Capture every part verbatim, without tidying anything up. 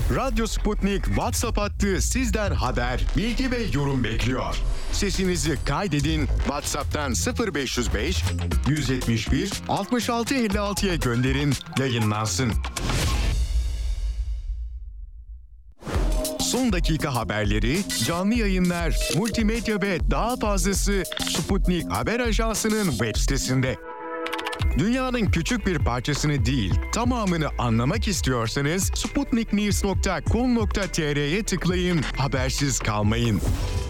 Radyo Sputnik WhatsApp hattı sizden haber, bilgi ve yorum bekliyor. Sesinizi kaydedin, WhatsApp'tan sıfır beş yüz beş yüz yetmiş bir altmış altı elli altıya gönderin, yayınlansın. Son dakika haberleri, canlı yayınlar, multimedya ve daha fazlası Sputnik Haber Ajansı'nın web sitesinde. Dünyanın küçük bir parçasını değil, tamamını anlamak istiyorsanız sputnik news nokta com nokta tr'ye tıklayın, habersiz kalmayın.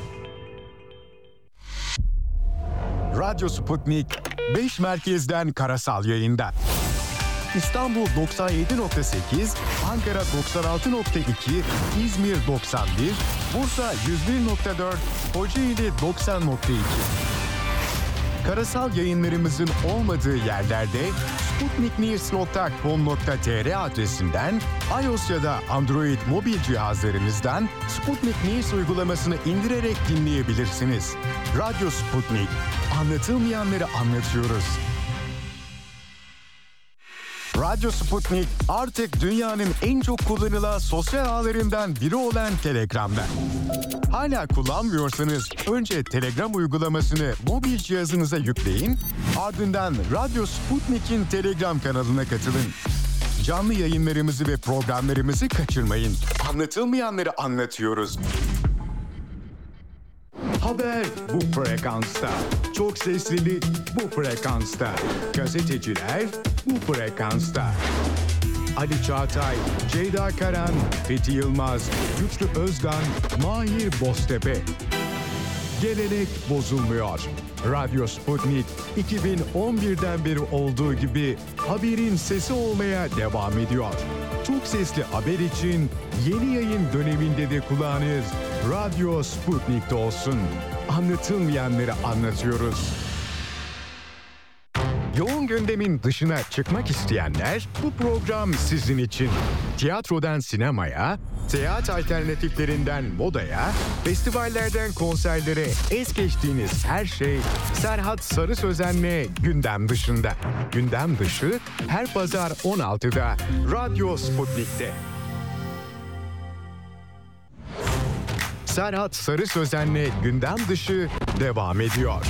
Radyo Sputnik, beş merkezden karasal yayında. İstanbul doksan yedi nokta sekiz, Ankara doksan altı nokta iki, İzmir doksan bir, Bursa yüz bir nokta dört, Kocaeli doksan nokta iki. Karasal yayınlarımızın olmadığı yerlerde sputnik news nokta com nokta tr adresinden iOS ya da Android mobil cihazlarınızdan Sputnik News uygulamasını indirerek dinleyebilirsiniz. Radyo Sputnik, anlatılmayanları anlatıyoruz. Radyo Sputnik artık dünyanın en çok kullanılan sosyal ağlarından biri olan Telegram'da. Hala kullanmıyorsanız önce Telegram uygulamasını mobil cihazınıza yükleyin, ardından Radyo Sputnik'in Telegram kanalına katılın. Canlı yayınlarımızı ve programlarımızı kaçırmayın. Anlatılmayanları anlatıyoruz. Haber bu frekansta. Çok seslilik bu frekansta. Gazeteciler bu frekansta. Ali Çağatay, Ceyda Karan, Fethi Yılmaz, Güçlü Özgan, Mahir Boztepe. Gelenek bozulmuyor. Radyo Sputnik iki bin on birden beri olduğu gibi haberin sesi olmaya devam ediyor. Çok sesli haber için yeni yayın döneminde de kulağınız Radyo Sputnik'te olsun. Anlatılmayanları anlatıyoruz. Yoğun gündemin dışına çıkmak isteyenler, bu program sizin için. Tiyatrodan sinemaya, seyahat alternatiflerinden modaya, festivallerden konserlere es geçtiğiniz her şey Serhat Sarı Sözen'le gündem dışında. Gündem dışı her pazar on altıda Radyo Sputnik'te. Serhat Sarı Sözen'le gündem dışı devam ediyor.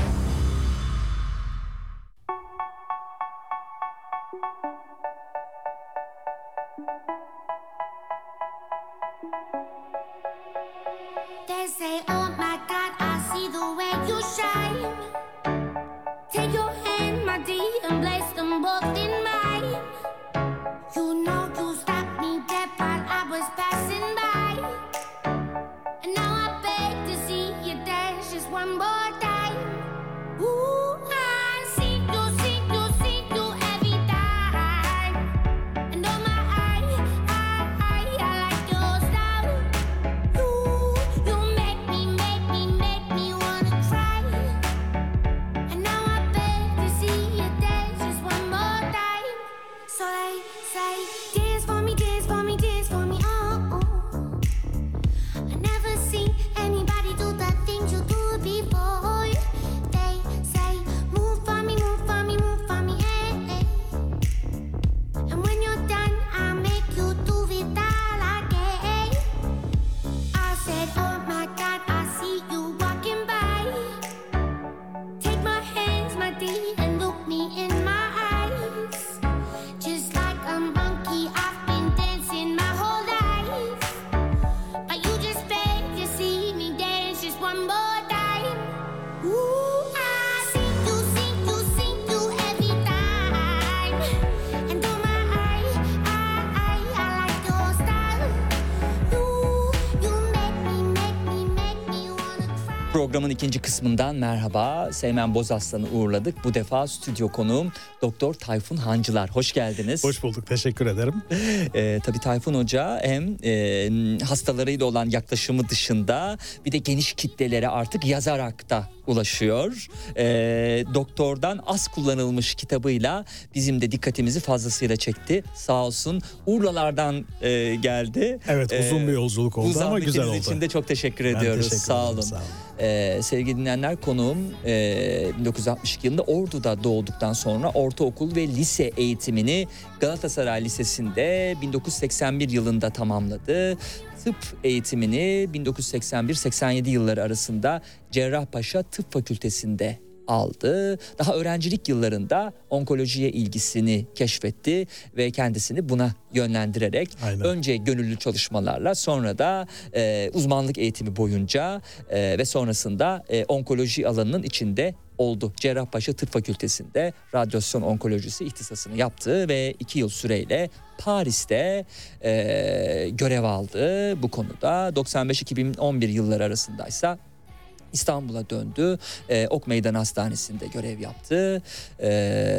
Programın ikinci kısmından merhaba. Seymen Bozaslan'ı uğurladık. Bu defa stüdyo konuğum Doktor Tayfun Hancılar. Hoş geldiniz. Hoş bulduk. Teşekkür ederim. Ee, tabii Tayfun Hoca hem e, hastalarıyla olan yaklaşımı dışında bir de geniş kitlelere artık yazarak da ulaşıyor. Ee, doktordan az kullanılmış kitabıyla bizim de dikkatimizi fazlasıyla çekti. Sağ olsun Urlalardan e, geldi. Evet, uzun ee, bir yolculuk oldu ama güzel oldu. için de çok teşekkür ben ediyoruz. Teşekkür sağ ederim, olun. Sağ olun. Ee, Ee, sevgili dinleyenler, konuğum e, bin dokuz yüz altmış iki yılında Ordu'da doğduktan sonra ortaokul ve lise eğitimini Galatasaray Lisesi'nde bin dokuz yüz seksen bir yılında tamamladı. Tıp eğitimini bin dokuz yüz seksen bir seksen yedi yılları arasında Cerrahpaşa Tıp Fakültesi'nde aldı. Daha öğrencilik yıllarında onkolojiye ilgisini keşfetti ve kendisini buna yönlendirerek Aynen. önce gönüllü çalışmalarla, sonra da e, uzmanlık eğitimi boyunca e, ve sonrasında e, onkoloji alanının içinde oldu. Cerrahpaşa Tıp Fakültesi'nde radyasyon onkolojisi ihtisasını yaptı ve iki yıl süreyle Paris'te e, görev aldı bu konuda. doksan beş iki bin on bir yılları arasındaysa İstanbul'a döndü. E, Ok Meydan Hastanesi'nde görev yaptı. E,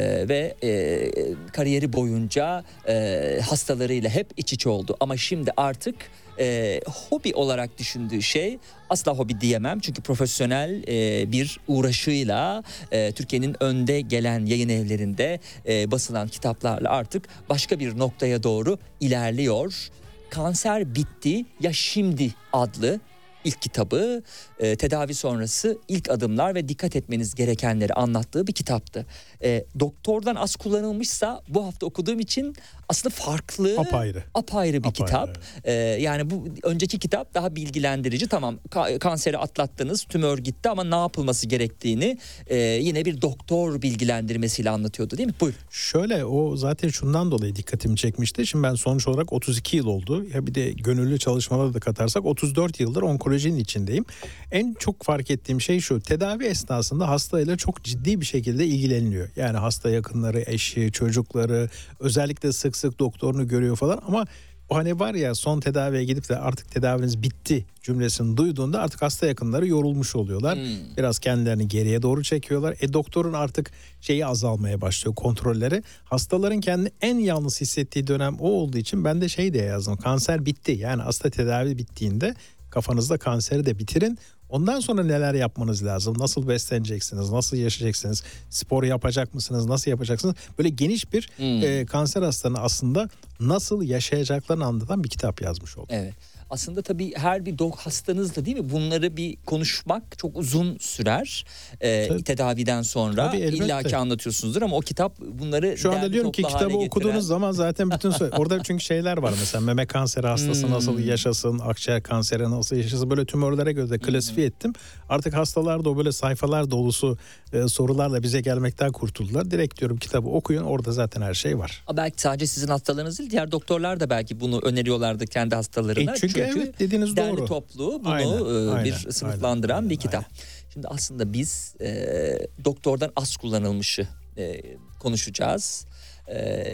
ve e, kariyeri boyunca e, hastalarıyla hep iç içe oldu. Ama şimdi artık e, hobi olarak düşündüğü şey, asla hobi diyemem çünkü profesyonel e, bir uğraşıyla e, Türkiye'nin önde gelen yayın evlerinde e, basılan kitaplarla artık başka bir noktaya doğru ilerliyor. Kanser Bitti Ya Şimdi adlı İlk kitabı, e, tedavi sonrası ilk adımlar ve dikkat etmeniz gerekenleri anlattığı bir kitaptı. E, doktordan az kullanılmışsa bu hafta okuduğum için aslında farklı, apayrı, apayrı bir apayrı, kitap. Evet. E, yani bu önceki kitap daha bilgilendirici. Tamam, ka- kanseri atlattınız, tümör gitti ama ne yapılması gerektiğini e, yine bir doktor bilgilendirmesiyle anlatıyordu, değil mi? Buyur. Şöyle, o zaten şundan dolayı dikkatimi çekmişti. Şimdi ben sonuç olarak otuz iki yıl oldu. Ya bir de gönüllü çalışmaları da katarsak otuz dört yıldır onkolojinin içindeyim. En çok fark ettiğim şey şu: tedavi esnasında hastayla çok ciddi bir şekilde ilgileniliyor. Yani hasta yakınları, eşi, çocukları, özellikle sık sık doktorunu görüyor falan, ama o hani var ya, son tedaviye gidip de artık tedaviniz bitti cümlesini duyduğunda artık hasta yakınları yorulmuş oluyorlar. Hmm. Biraz kendilerini geriye doğru çekiyorlar. E doktorun artık şeyi azalmaya başlıyor, kontrolleri. Hastaların kendini en yalnız hissettiği dönem o olduğu için ben de şey diye yazdım: kanser bitti. Yani hasta tedavi bittiğinde kafanızda kanseri de bitirin. Ondan sonra neler yapmanız lazım? Nasıl besleneceksiniz? Nasıl yaşayacaksınız? Spor yapacak mısınız? Nasıl yapacaksınız? Böyle geniş bir hmm. e, kanser hastalarının aslında nasıl yaşayacaklarını anlatan bir kitap yazmış oldum. Evet. Aslında tabii her bir dok hastanızda, değil mi? Bunları bir konuşmak çok uzun sürer. Ee, tedaviden sonra illaki anlatıyorsunuzdur ama o kitap bunları... Şu anda diyorum ki kitabı okuduğunuz getiren... zaman zaten bütün... Orada çünkü şeyler var mesela, meme kanseri hastası hmm. nasıl yaşasın, akciğer kanseri nasıl yaşasın, böyle tümörlere göre de klasifiye hmm. ettim. Artık hastalar da o böyle sayfalar dolusu e, sorularla bize gelmekten kurtuldular. Direkt diyorum kitabı okuyun, orada zaten her şey var. Belki sadece sizin hastalarınız değil, diğer doktorlar da belki bunu öneriyorlardı kendi hastalarına. E çünkü Çünkü evet, dediğiniz derli doğru. toplu bunu aynen, e, bir aynen, sınıflandıran aynen, bir kitap. Aynen. Şimdi aslında biz e, doktordan az kullanılmışı e, konuşacağız. E,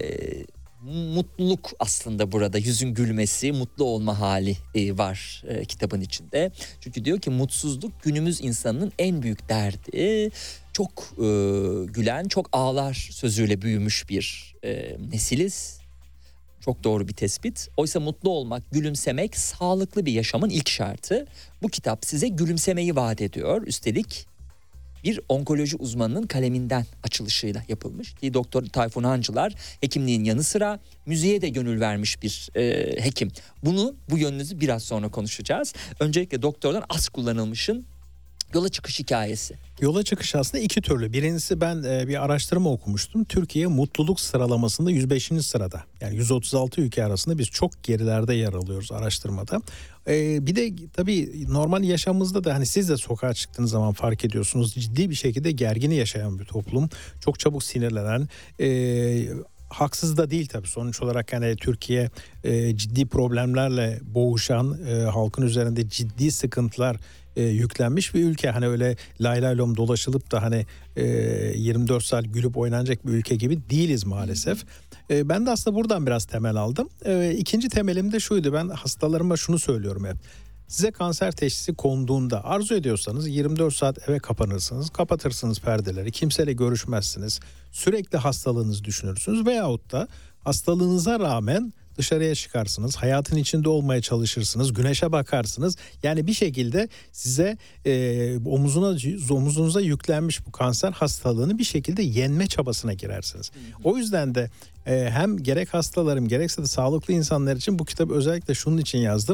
mutluluk aslında burada, yüzün gülmesi, mutlu olma hali e, var e, kitabın içinde. Çünkü diyor ki mutsuzluk günümüz insanının en büyük derdi. Çok e, gülen, çok ağlar sözüyle büyümüş bir e, nesiliz. Çok doğru bir tespit. Oysa mutlu olmak, gülümsemek sağlıklı bir yaşamın ilk şartı. Bu kitap size gülümsemeyi vaat ediyor. Üstelik bir onkoloji uzmanının kaleminden açılışıyla yapılmış. Ki Doktor Tayfun Hancılar hekimliğin yanı sıra müziğe de gönül vermiş bir e, hekim. Bunu, bu yönünüzü biraz sonra konuşacağız. Öncelikle doktordan az kullanılmışın yola çıkış hikayesi. Yola çıkış aslında iki türlü. Birincisi, ben bir araştırma okumuştum. Türkiye mutluluk sıralamasında yüz beşinci sırada. Yani yüz otuz altı ülke arasında biz çok gerilerde yer alıyoruz araştırmada. Ee, bir de tabii normal yaşamımızda da hani siz de sokağa çıktığınız zaman fark ediyorsunuz. Ciddi bir şekilde gergini yaşayan bir toplum. Çok çabuk sinirlenen... Ee, haksız da değil tabii, sonuç olarak hani Türkiye e, ciddi problemlerle boğuşan, e, halkın üzerinde ciddi sıkıntılar e, yüklenmiş bir ülke. Hani öyle lay lay lom dolaşılıp da hani e, yirmi dört saat gülüp oynanacak bir ülke gibi değiliz maalesef. E, ben de aslında buradan biraz temel aldım. E, ikinci temelim de şuydu: ben hastalarıma şunu söylüyorum hep. Size kanser teşhisi konduğunda arzu ediyorsanız yirmi dört saat eve kapanırsınız, kapatırsınız perdeleri, kimseyle görüşmezsiniz, sürekli hastalığınızı düşünürsünüz veyahut da hastalığınıza rağmen dışarıya çıkarsınız, hayatın içinde olmaya çalışırsınız, güneşe bakarsınız. Yani bir şekilde size e, omuzuna, omuzunuza yüklenmiş bu kanser hastalığını bir şekilde yenme çabasına girersiniz. O yüzden de e, hem gerek hastalarım gerekse de sağlıklı insanlar için bu kitabı özellikle şunun için yazdım.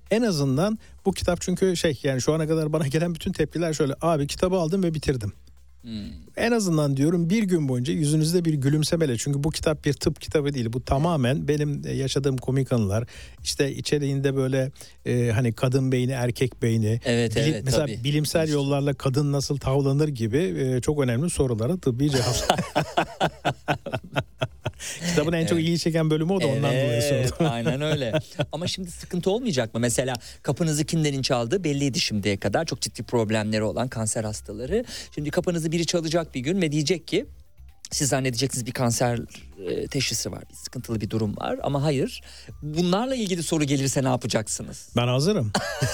En azından bu kitap, çünkü şey, yani şu ana kadar bana gelen bütün tepkiler şöyle: abi kitabı aldım ve bitirdim. Hmm. En azından diyorum bir gün boyunca yüzünüzde bir gülümsemeyle, çünkü bu kitap bir tıp kitabı değil. Bu tamamen benim yaşadığım komik anılar. İşte içeriğinde böyle e, hani kadın beyni, erkek beyni, evet, bilim, evet, mesela tabii. bilimsel yollarla kadın nasıl tavlanır gibi e, çok önemli sorulara tıbbi cevap. Kitabın en evet. çok ilgi çeken bölümü o da, evet, ondan dolayı sordum. Aynen öyle. Ama şimdi sıkıntı olmayacak mı? Mesela kapınızı kimlerin çaldığı belliydi şimdiye kadar. Çok ciddi problemleri olan kanser hastaları. Şimdi kapınızı biri çalacak bir gün ve diyecek ki, siz zannedeceksiniz bir kanser e, teşhisi var, bir sıkıntılı bir durum var, ama hayır. Bunlarla ilgili soru gelirse ne yapacaksınız? Ben hazırım.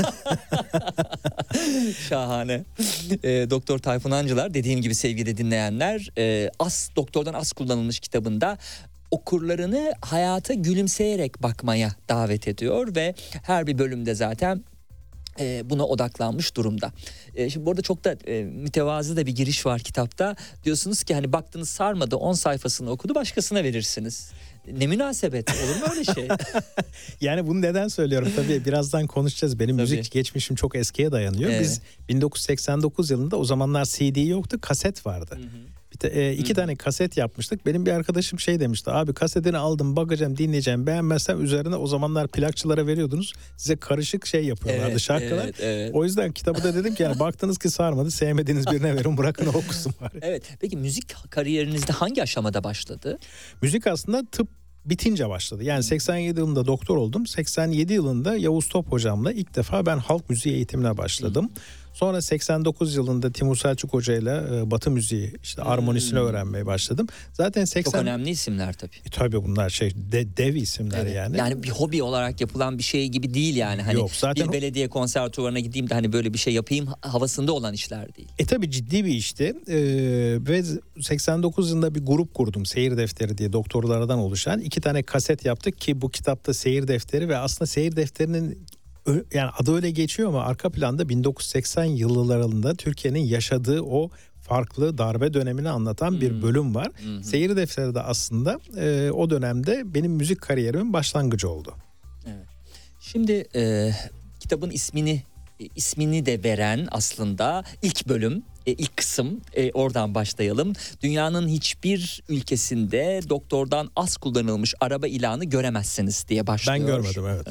Şahane. E, Doktor Tayfun Ancılar, dediğim gibi sevgili dinleyenler, e, az doktordan az kullanılmış kitabında okurlarını hayata gülümseyerek bakmaya davet ediyor ve her bir bölümde zaten buna odaklanmış durumda. Şimdi burada çok da mütevazı da bir giriş var kitapta. Diyorsunuz ki hani baktınız sarmadı, on sayfasını okudu, başkasına verirsiniz. Ne münasebet, olur mu öyle şey? Yani bunu neden söylüyorum? Tabii birazdan konuşacağız. Benim Tabii. müzik geçmişim çok eskiye dayanıyor. Evet. Biz bin dokuz yüz seksen dokuz yılında, o zamanlar C D yoktu, kaset vardı. Hı hı. E, iki Hı. tane kaset yapmıştık. Benim bir arkadaşım şey demişti: abi kasetini aldım, bakacağım, dinleyeceğim, beğenmezsem üzerine, o zamanlar plakçılara veriyordunuz, size karışık şey yapıyorlardı, evet, şarkılar. Evet, evet. O yüzden kitabı da dedim ki yani baktınız ki sarmadı, sevmediğiniz birine verin, bırakın okusun bari. Evet. Peki müzik kariyerinizde hangi aşamada başladı? Müzik aslında tıp bitince başladı. Yani seksen yedi yılında doktor oldum. seksen yedi yılında Yavuz Top hocamla ilk defa ben halk müziği eğitimine başladım. Hı. Sonra seksen dokuz yılında Timur Selçuk Hoca ile Batı müziği, işte armonisini hmm. öğrenmeye başladım. Zaten seksen Çok önemli isimler tabii. E, tabii bunlar şey de, dev isimler evet. yani. Yani bir hobi olarak yapılan bir şey gibi değil yani. Hani Yok, zaten bir belediye konservatuvarına gideyim de hani böyle bir şey yapayım havasında olan işler değil. E tabii ciddi bir işti. Ee, ve seksen dokuz yılında bir grup kurdum, Seyir Defteri diye, doktorlardan oluşan. İki tane kaset yaptık ki bu kitapta Seyir Defteri ve aslında Seyir Defteri'nin, yani adı öyle geçiyor ama arka planda bin dokuz yüz seksen yıllarında Türkiye'nin yaşadığı o farklı darbe dönemini anlatan hmm. bir bölüm var. Hmm. Seyir Defteri de aslında e, o dönemde benim müzik kariyerimin başlangıcı oldu. Evet. Şimdi e, kitabın ismini ismini de veren aslında ilk bölüm, e, ilk kısım, e, oradan başlayalım. Dünyanın hiçbir ülkesinde doktordan az kullanılmış araba ilanı göremezsiniz diye başlıyor. Ben görmedim, evet.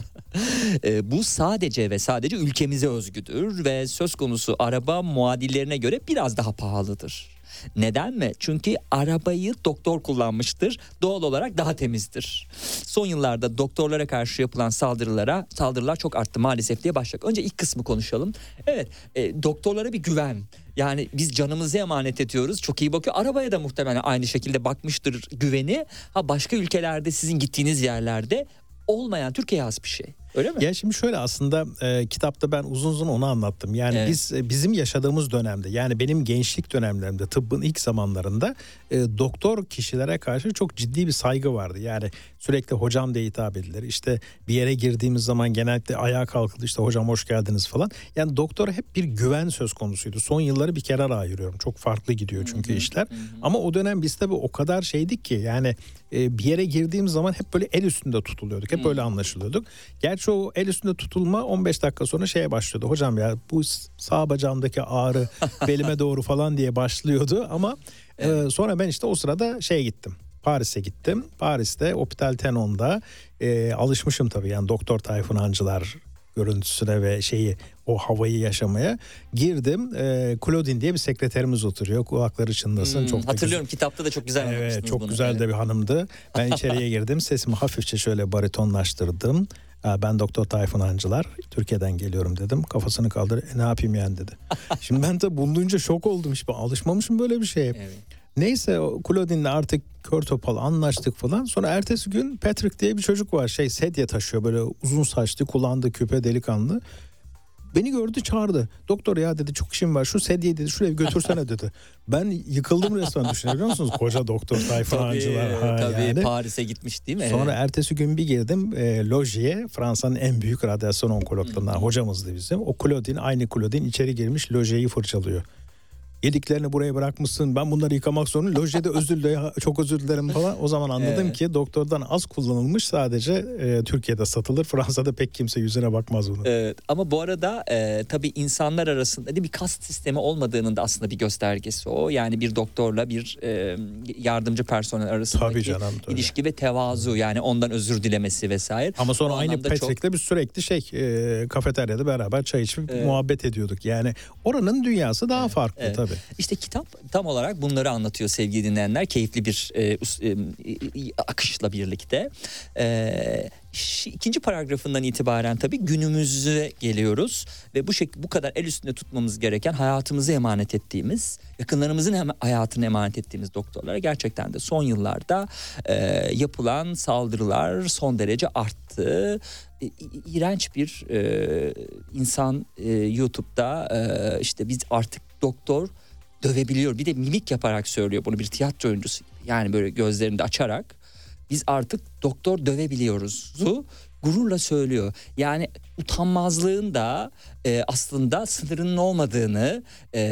e, bu sadece ve sadece ülkemize özgüdür ve söz konusu araba muadillerine göre biraz daha pahalıdır. Neden mi? Çünkü arabayı doktor kullanmıştır. Doğal olarak daha temizdir. Son yıllarda doktorlara karşı yapılan saldırılara saldırılar çok arttı maalesef diye başladık. Önce ilk kısmı konuşalım. Evet, e, doktorlara bir güven. Yani biz canımızı emanet ediyoruz. Çok iyi bakıyor. Arabaya da muhtemelen aynı şekilde bakmıştır güveni. Ha, başka ülkelerde, sizin gittiğiniz yerlerde olmayan, Türkiye'ye has bir şey. Öyle mi? Ya şimdi şöyle, aslında e, kitapta ben uzun uzun onu anlattım. Yani evet. biz e, bizim yaşadığımız dönemde, yani benim gençlik dönemlerimde, tıbbın ilk zamanlarında e, doktor kişilere karşı çok ciddi bir saygı vardı. Yani sürekli hocam diye hitap edilir. İşte bir yere girdiğimiz zaman genellikle ayağa kalkıldı, işte hocam hoş geldiniz falan. Yani doktora hep bir güven söz konusuydu. Son yılları bir kenara ayırıyorum. Çok farklı gidiyor çünkü Hı-hı. işler. Hı-hı. Ama o dönem biz tabii o kadar şeydik ki yani e, bir yere girdiğim zaman hep böyle el üstünde tutuluyorduk. Hep Hı-hı. böyle anlaşılıyorduk. Gerçi o el üstünde tutulma on beş dakika sonra şeye başlıyordu. Hocam ya bu sağ bacağımdaki ağrı belime doğru falan diye başlıyordu. Ama evet. e, sonra ben işte o sırada şeye gittim. Paris'e gittim. Paris'te Hôpital Tenon'da e, alışmışım tabii yani Doktor Tayfun Ancılar görüntüsüne ve şeyi, o havayı yaşamaya girdim. E, Claudine diye bir sekreterimiz oturuyor. Kulakları çınlasın. Hmm, çok hatırlıyorum, güzel. Kitapta da çok güzel anlatmıştınız evet, çok bunu. güzel evet. de bir hanımdı. Ben içeriye girdim. Sesimi hafifçe şöyle baritonlaştırdım. Ben Doktor Tayfun Ancılar, Türkiye'den geliyorum dedim. Kafasını kaldırdı. E, ne yapayım yani dedi. Şimdi ben de bunu duyunca şok oldum. İşte alışmamışım böyle bir şeye. Evet. Neyse Claudine'le artık kör topal anlaştık falan. Sonra ertesi gün Patrick diye bir çocuk var. Şey sedye taşıyor, böyle uzun saçlı, kulağında küpe, delikanlı. Beni gördü, çağırdı. Doktor ya dedi, çok işim var. Şu sedyeyi dedi şuraya götürsene dedi. Ben yıkıldım resmen, düşünebiliyor musunuz? Koca Doktor Tayfun Ancılar. Ha, tabii yani. Paris'e gitmiş değil mi? Sonra evet. ertesi gün bir girdim e, lojiye. Fransa'nın en büyük radyasyon onkologlarından hocamızdı bizim. O Claudine, aynı Claudine içeri girmiş, lojiyi fırçalıyor. Yediklerini buraya bırakmışsın, ben bunları yıkamak zorundayım. Lojede özür dilerim, çok özür dilerim falan. O zaman anladım evet. ki doktordan az kullanılmış, sadece e, Türkiye'de satılır. Fransa'da pek kimse yüzüne bakmaz bunu. Evet, ama bu arada e, tabii insanlar arasında bir kast sistemi olmadığının da aslında bir göstergesi o. Yani bir doktorla bir e, yardımcı personel arasındaki tabii canım, tabii. ilişki ve tevazu, yani ondan özür dilemesi vesaire. Ama sonra o aynı Patrick'le çok... biz sürekli şey e, kafeteryada beraber çay içip evet. muhabbet ediyorduk. Yani oranın dünyası daha evet, farklı evet. tabii. İşte kitap tam olarak bunları anlatıyor sevgili dinleyenler. Keyifli bir e, e, akışla birlikte. E, ikinci paragrafından itibaren tabii günümüze geliyoruz ve bu şek- bu kadar el üstünde tutmamız gereken, hayatımızı emanet ettiğimiz, yakınlarımızın hem hayatını emanet ettiğimiz doktorlara gerçekten de son yıllarda e, yapılan saldırılar son derece arttı. E, iğrenç bir e, insan e, YouTube'da e, işte biz artık doktor dövebiliyor. Bir de mimik yaparak söylüyor bunu, bir tiyatro oyuncusu gibi. Yani böyle gözlerini de açarak biz artık doktor dövebiliyoruzu gururla söylüyor. Yani utanmazlığın da e, aslında sınırının olmadığını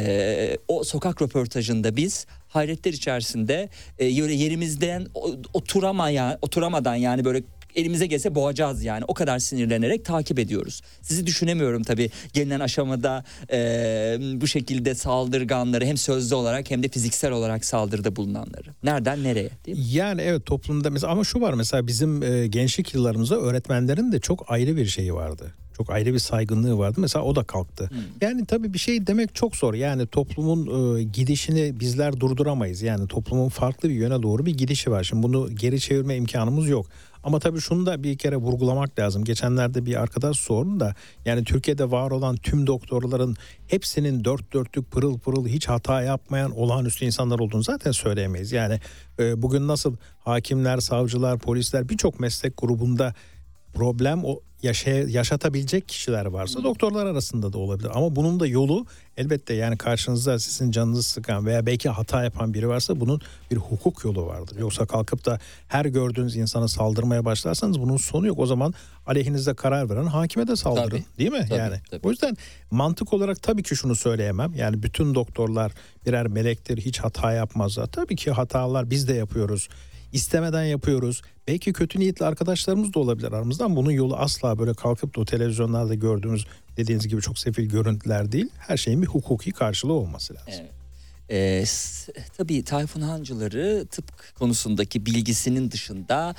e, o sokak röportajında biz hayretler içerisinde e, yerimizden oturamayan, oturamadan yani böyle elimize gelse boğacağız yani. O kadar sinirlenerek takip ediyoruz. Sizi düşünemiyorum tabii gelinen aşamada e, bu şekilde saldırganları hem sözlü olarak hem de fiziksel olarak saldırıda bulunanları. Nereden nereye, değil mi? Yani evet, toplumda mesela, ama şu var mesela bizim e, gençlik yıllarımızda öğretmenlerin de çok ayrı bir şeyi vardı. Çok ayrı bir saygınlığı vardı. Mesela o da kalktı. Hmm. Yani tabii bir şey demek çok zor. Yani toplumun e, gidişini bizler durduramayız. Yani toplumun farklı bir yöne doğru bir gidişi var. Şimdi bunu geri çevirme imkanımız yok. Ama tabii şunu da bir kere vurgulamak lazım. Geçenlerde bir arkadaş sordu da, yani Türkiye'de var olan tüm doktorların hepsinin dört dörtlük pırıl pırıl hiç hata yapmayan olağanüstü insanlar olduğunu zaten söyleyemeyiz. Yani e, bugün nasıl hakimler, savcılar, polisler, birçok meslek grubunda problem o yaşay- yaşatabilecek kişiler varsa doktorlar arasında da olabilir. Ama bunun da yolu elbette, yani karşınızda sizin canınızı sıkan veya belki hata yapan biri varsa bunun bir hukuk yolu vardır. Yoksa kalkıp da her gördüğünüz insana saldırmaya başlarsanız bunun sonu yok. O zaman aleyhinizde karar veren hakime de saldırın, tabii, değil mi? Tabii, yani tabii. O yüzden mantık olarak tabii ki şunu söyleyemem. Yani bütün doktorlar birer melektir, hiç hata yapmazlar. Tabii ki hatalar biz de yapıyoruz. İstemeden yapıyoruz. Belki kötü niyetli arkadaşlarımız da olabilir aramızdan. Bunun yolu asla böyle kalkıp da o televizyonlarda gördüğümüz, dediğiniz gibi çok sefil görüntüler değil. Her şeyin bir hukuki karşılığı olması lazım. Evet. Ee, tabii Tayfun Hancıları tıp konusundaki bilgisinin dışında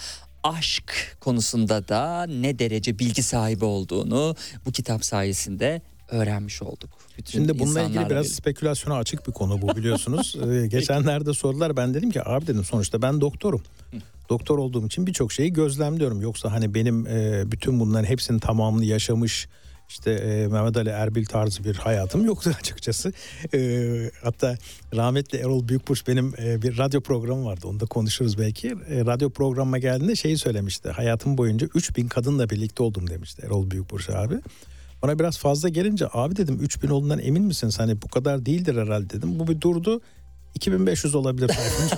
aşk konusunda da ne derece bilgi sahibi olduğunu bu kitap sayesinde öğrenmiş olduk. Bütün Şimdi bununla ilgili biraz böyle spekülasyona açık bir konu bu, biliyorsunuz. ee, geçenlerde sordular, ben dedim ki abi dedim, sonuçta ben doktorum. Doktor olduğum için birçok şeyi gözlemliyorum. Yoksa hani benim e, bütün bunların hepsinin tamamını yaşamış, işte e, Mehmet Ali Erbil tarzı bir hayatım yoktu açıkçası. E, hatta rahmetli Erol Büyükburç, benim e, bir radyo programı vardı, onu da konuşuruz belki. E, radyo programıma geldiğinde şeyi söylemişti. Hayatım boyunca üç bin kadınla birlikte oldum demişti Erol Büyükburç abi. Bana biraz fazla gelince, abi dedim üç bin olduğundan emin misiniz? Hani bu kadar değildir herhalde dedim. Bu bir durdu. iki bin beş yüz olabilir.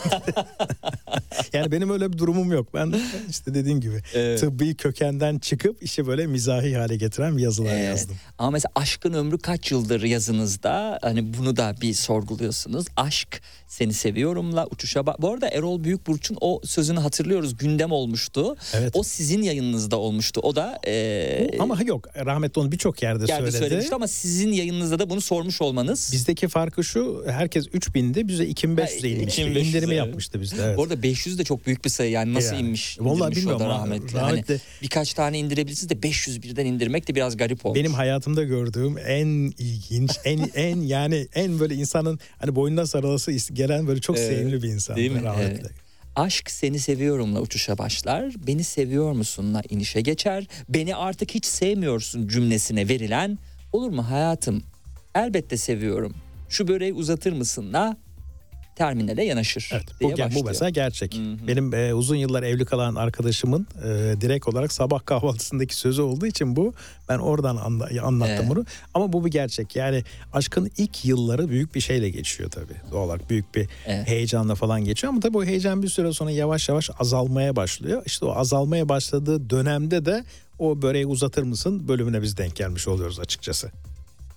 Yani benim öyle bir durumum yok. Ben işte dediğim gibi evet. tıbbi kökenden çıkıp işi böyle mizahi hale getiren bir yazılar evet. yazdım. Ama mesela aşkın ömrü kaç yıldır yazınızda, hani bunu da bir sorguluyorsunuz. Aşk seni seviyorumla uçuşa bak. Bu arada Erol Büyükburç'un o sözünü hatırlıyoruz, gündem olmuştu. Evet. O sizin yayınınızda olmuştu. O da e... o, ama yok, rahmetli onu birçok yerde, yerde söyledi. söylemişti ama sizin yayınınızda da bunu sormuş olmanız. Bizdeki farkı şu, herkes üç bindi, bize iki bin beş yüze inmişti. İndirimi evet. yapmıştı bizde. Evet. Bu arada beş yüz de çok büyük bir sayı, yani nasıl yani. inmiş? Vallahi bilmiyorum. Rahmetli. rahmetli. Hani birkaç tane indirebilirsiniz de beş yüz birden indirmek de biraz garip olmuş. Benim hayatımda gördüğüm en ilginç, en en yani en böyle insanın hani boynuna sarılası gelen böyle çok evet. sevimli bir insan. Değil mi? Evet. Aşk seni seviyorumla uçuşa başlar, beni seviyor musunla inişe geçer, beni artık hiç sevmiyorsun cümlesine verilen olur mu hayatım? Elbette seviyorum. Şu böreği uzatır mısınla terminale yanaşır evet, diye bu, başlıyor. Bu mesela gerçek. Hı-hı. Benim e, uzun yıllar evli kalan arkadaşımın e, direkt olarak sabah kahvaltısındaki sözü olduğu için bu, ben oradan anla, anlattım evet. bunu. Ama bu bir gerçek. Yani aşkın ilk yılları büyük bir şeyle geçiyor tabii. Doğal olarak büyük bir evet. heyecanla falan geçiyor. Ama tabii o heyecan bir süre sonra yavaş yavaş azalmaya başlıyor. İşte o azalmaya başladığı dönemde de o böreği uzatır mısın bölümüne biz denk gelmiş oluyoruz açıkçası.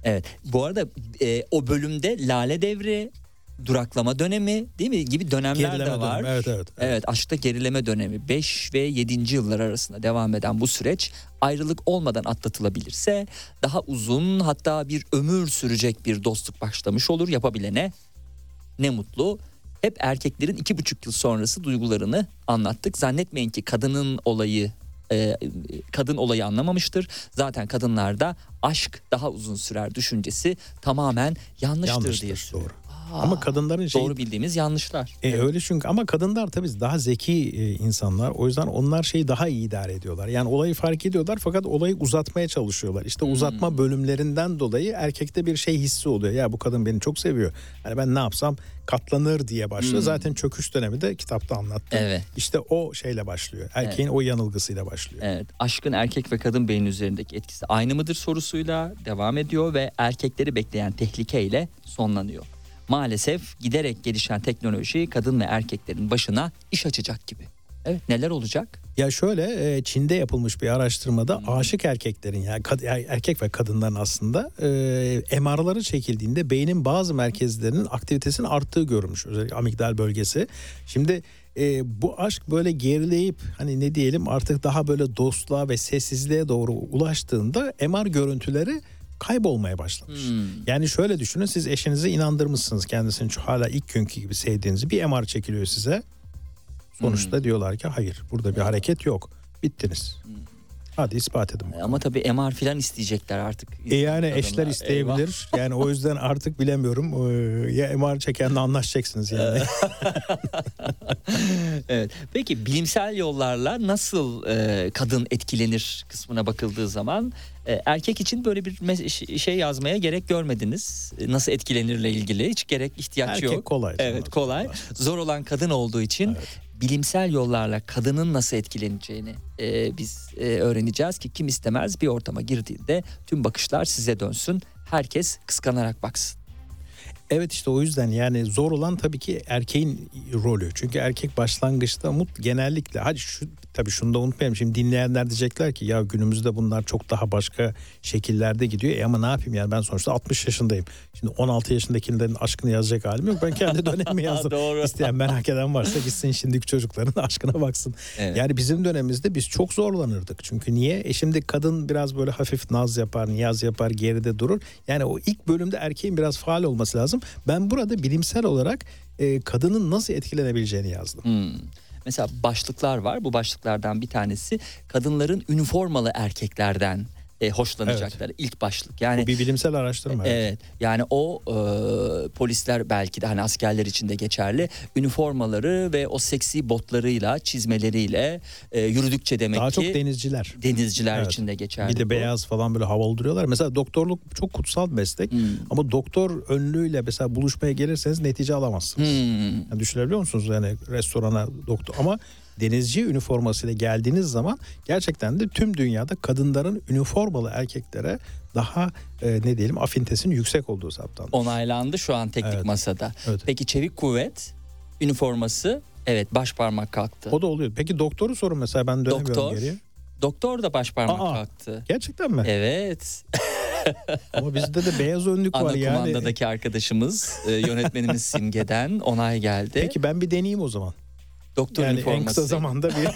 Evet. Bu arada e, o bölümde Lale Devri, duraklama dönemi değil mi gibi dönemler Gerileme de var. dönemi, evet, evet, evet. Evet, aşkta gerileme dönemi beş ve yedinci yıllar arasında devam eden bu süreç ayrılık olmadan atlatılabilirse daha uzun, hatta bir ömür sürecek bir dostluk başlamış olur yapabilene. Ne mutlu. Hep erkeklerin iki buçuk yıl sonrası duygularını anlattık. Zannetmeyin ki kadının olayı e, kadın olayı anlamamıştır. Zaten kadınlarda aşk daha uzun sürer düşüncesi tamamen yanlıştır, Yanlıştır, diye. doğru. Ama kadınların şeyi, Doğru bildiğimiz yanlışlar. E, öyle çünkü, ama kadınlar tabii daha zeki e, insanlar. O yüzden onlar şeyi daha iyi idare ediyorlar. Yani olayı fark ediyorlar fakat olayı uzatmaya çalışıyorlar. İşte Hmm. uzatma bölümlerinden dolayı erkekte bir şey hissi oluyor. Ya bu kadın beni çok seviyor. Hani ben ne yapsam katlanır diye başlıyor. Hmm. Zaten çöküş dönemi de kitapta anlattım. Evet. İşte o şeyle başlıyor. Erkeğin o yanılgısıyla başlıyor. Evet, aşkın erkek ve kadın beyni üzerindeki etkisi aynı mıdır sorusuyla devam ediyor ve erkekleri bekleyen tehlikeyle sonlanıyor. Maalesef giderek gelişen teknoloji kadın ve erkeklerin başına iş açacak gibi. Evet, neler olacak? Ya şöyle, e, Çin'de yapılmış bir araştırmada hmm. aşık erkeklerin, yani erkek ve kadınların aslında e, M R'ları çekildiğinde beynin bazı merkezlerinin aktivitesinin arttığı görülmüş. Özellikle amigdal bölgesi. Şimdi e, bu aşk böyle gerileyip hani ne diyelim artık daha böyle dostluğa ve sessizliğe doğru ulaştığında M R görüntüleri kaybolmaya başlamış. Hmm. Yani şöyle düşünün, siz eşinizi inandırmışsınız kendisini hala ilk günkü gibi sevdiğinizi, bir M R çekiliyor size. Sonuçta hmm. diyorlar ki hayır, burada bir hareket yok. Bittiniz. Hmm. Hadi ispat edin. Ama tabii M R falan isteyecekler artık. E yani kadınlar. Eşler isteyebilir. Eyvah. Yani o yüzden artık bilemiyorum. Ya M R çekenle anlaşacaksınız yani. Evet. Peki bilimsel yollarla nasıl e, kadın etkilenir kısmına bakıldığı zaman e, erkek için böyle bir mes- şey yazmaya gerek görmediniz. Nasıl etkilenirle ilgili hiç gerek ihtiyaç erkek yok. Erkek kolay. Evet, kolay. Zor olan kadın olduğu için evet. bilimsel yollarla kadının nasıl etkileneceğini e, biz e, öğreneceğiz ki kim istemez bir ortama girdiğinde tüm bakışlar size dönsün. Herkes kıskanarak baksın. Evet, işte o yüzden yani zor olan tabii ki erkeğin rolü. Çünkü erkek başlangıçta mut genellikle, hadi şu tabii şunu da unutmayalım. Şimdi dinleyenler diyecekler ki ya günümüzde bunlar çok daha başka şekillerde gidiyor. E ama ne yapayım yani, ben sonuçta altmış yaşındayım. Şimdi on altı yaşındakilerin aşkını yazacak halim yok. Ben kendi dönemimi yazdım. Doğru. İsteyen, merak eden varsa gitsin şimdiki çocukların aşkına baksın. Evet. Yani bizim dönemimizde biz çok zorlanırdık. Çünkü niye? E şimdi kadın biraz böyle hafif naz yapar, niyaz yapar, geride durur. Yani o ilk bölümde erkeğin biraz faal olması lazım. Ben burada bilimsel olarak e, kadının nasıl etkilenebileceğini yazdım. Hmm. Mesela başlıklar var. Bu başlıklardan bir tanesi kadınların üniformalı erkeklerden e, hoşlanacakları. Evet. İlk başlık. Yani bu bir bilimsel araştırma. Evet. evet. Yani o e, polisler belki de hani askerler için de geçerli. Üniformaları ve o seksi botlarıyla, çizmeleriyle e, yürüdükçe demek daha ki. Daha çok denizciler. Denizciler evet. için de geçerli. Bir de bu. beyaz falan böyle havalı duruyorlar. Mesela doktorluk çok kutsal bir meslek. Hmm. Ama doktor önlüğüyle mesela buluşmaya gelirseniz netice alamazsınız. Hmm. Yani düşünebiliyor musunuz? Yani restorana doktor ama denizci üniformasıyla geldiğiniz zaman gerçekten de tüm dünyada kadınların üniformalı erkeklere daha e, ne diyelim afinitesinin yüksek olduğu saptandı. Onaylandı şu an teknik evet. masada. Evet. Peki çevik kuvvet üniforması, evet, baş parmak kalktı. O da oluyor. Peki doktoru sorun mesela, ben dönemiyorum Doktor, geriye. Doktor da baş parmak Aa, kalktı. Gerçekten mi? Evet. Ama bizde de beyaz önlük var yani. Ana kumandadaki arkadaşımız, yönetmenimiz Simge'den onay geldi. Peki ben bir deneyeyim o zaman. Doktor yani üniforması. En kısa zamanda bir.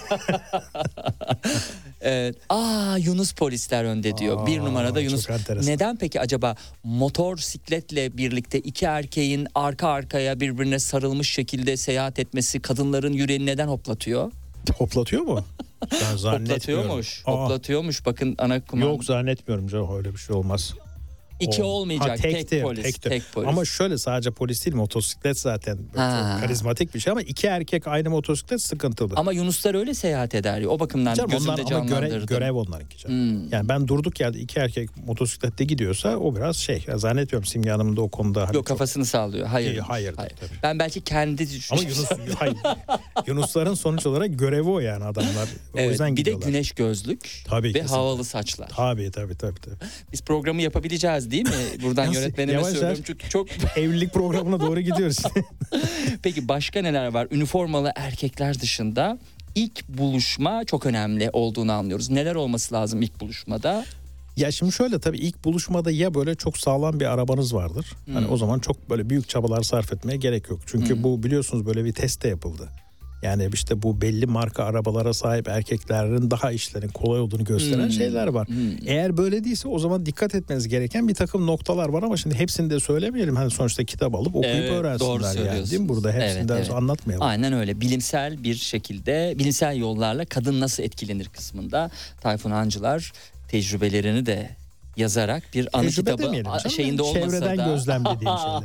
Evet. Aa, Yunus polisler önde diyor. Aa, bir numarada Yunus. Neden peki acaba motosikletle birlikte iki erkeğin arka arkaya birbirine sarılmış şekilde seyahat etmesi kadınların yüreğini neden hoplatıyor? Hoplatıyor mu? Ben zannetmiyorum. Hoplatıyormuş. Aa. Hoplatıyormuş. Bakın ana kumanda. Yok, zannetmiyorum canım, öyle bir şey olmaz. İki o. olmayacak. Ha, tek, tek polis. Tektir. Tek polis. Ama şöyle, sadece polis değil, motosiklet zaten çok karizmatik bir şey ama iki erkek aynı motosiklet sıkıntılı. Ama Yunuslar öyle seyahat eder. O bakımdan canım, gözümde onlar, canlandırdım. Ama görev, görev onlarınki canım. Hmm. Yani ben durduk yerde iki erkek motosiklette gidiyorsa o biraz şey. Ya zannetmiyorum Simge Hanım'ın da o konuda. Hani yok, kafasını sallıyor. Hayır. Hayır. hayır. Ben belki kendi ama Yunus, hayır. Yunusların sonuç olarak görevi o yani adamlar. O evet, yüzden bir gidiyorlar. de güneş gözlük tabii, ve kesinlikle. havalı saçlar. Tabii tabii tabii. tabii. Biz programı yapabileceğiz değil mi? Buradan yönetmenime yavaş söylüyorum çünkü çok evlilik programına doğru gidiyoruz. Peki başka neler var? Üniformalı erkekler dışında ilk buluşma çok önemli olduğunu anlıyoruz. Neler olması lazım ilk buluşmada? Ya şimdi şöyle, tabii ilk buluşmada ya böyle çok sağlam bir arabanız vardır. Hmm. Hani o zaman çok böyle büyük çabalar sarf etmeye gerek yok. Çünkü hmm. bu biliyorsunuz böyle bir test de yapıldı. Yani işte bu belli marka arabalara sahip erkeklerin daha işlerin kolay olduğunu gösteren hmm. şeyler var. Hmm. Eğer böyle değilse o zaman dikkat etmeniz gereken bir takım noktalar var ama şimdi hepsini de söylemeyelim. Hani sonuçta kitap alıp okuyup evet, öğrensinler yani, değil mi? Burada hepsinden evet, evet. anlatmayalım. Aynen öyle. Bilimsel bir şekilde, bilimsel yollarla kadın nasıl etkilenir kısmında Tayfun Hancılar tecrübelerini de yazarak bir anı Tecrübe kitabı şeyinde olmasa çevreden da. gözlemlediğim şeyler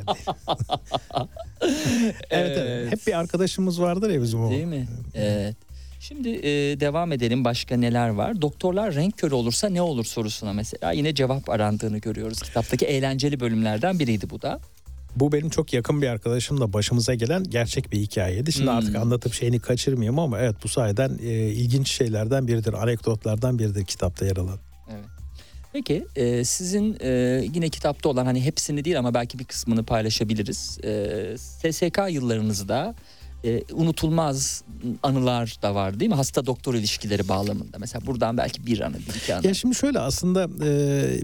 evet, evet, evet. Hep bir arkadaşımız vardır ya bizim o. Değil mi? Evet. Şimdi e, devam edelim. Başka neler var? Doktorlar renk körü olursa ne olur sorusuna mesela yine cevap arandığını görüyoruz. Kitaptaki eğlenceli bölümlerden biriydi bu da. Bu benim çok yakın bir arkadaşımla başımıza gelen gerçek bir hikayeydi. Şimdi hmm. artık anlatıp şeyini kaçırmayayım ama evet, bu sayeden e, ilginç şeylerden biridir. Anekdotlardan biridir kitapta yer alan. Evet. Peki e, sizin e, yine kitapta olan, hani hepsini değil ama belki bir kısmını paylaşabiliriz. E, S S K yıllarınızda e, unutulmaz anılar da var değil mi? Hasta doktor ilişkileri bağlamında. Mesela buradan belki bir anı, bir iki anı. Ya şimdi şöyle aslında... E,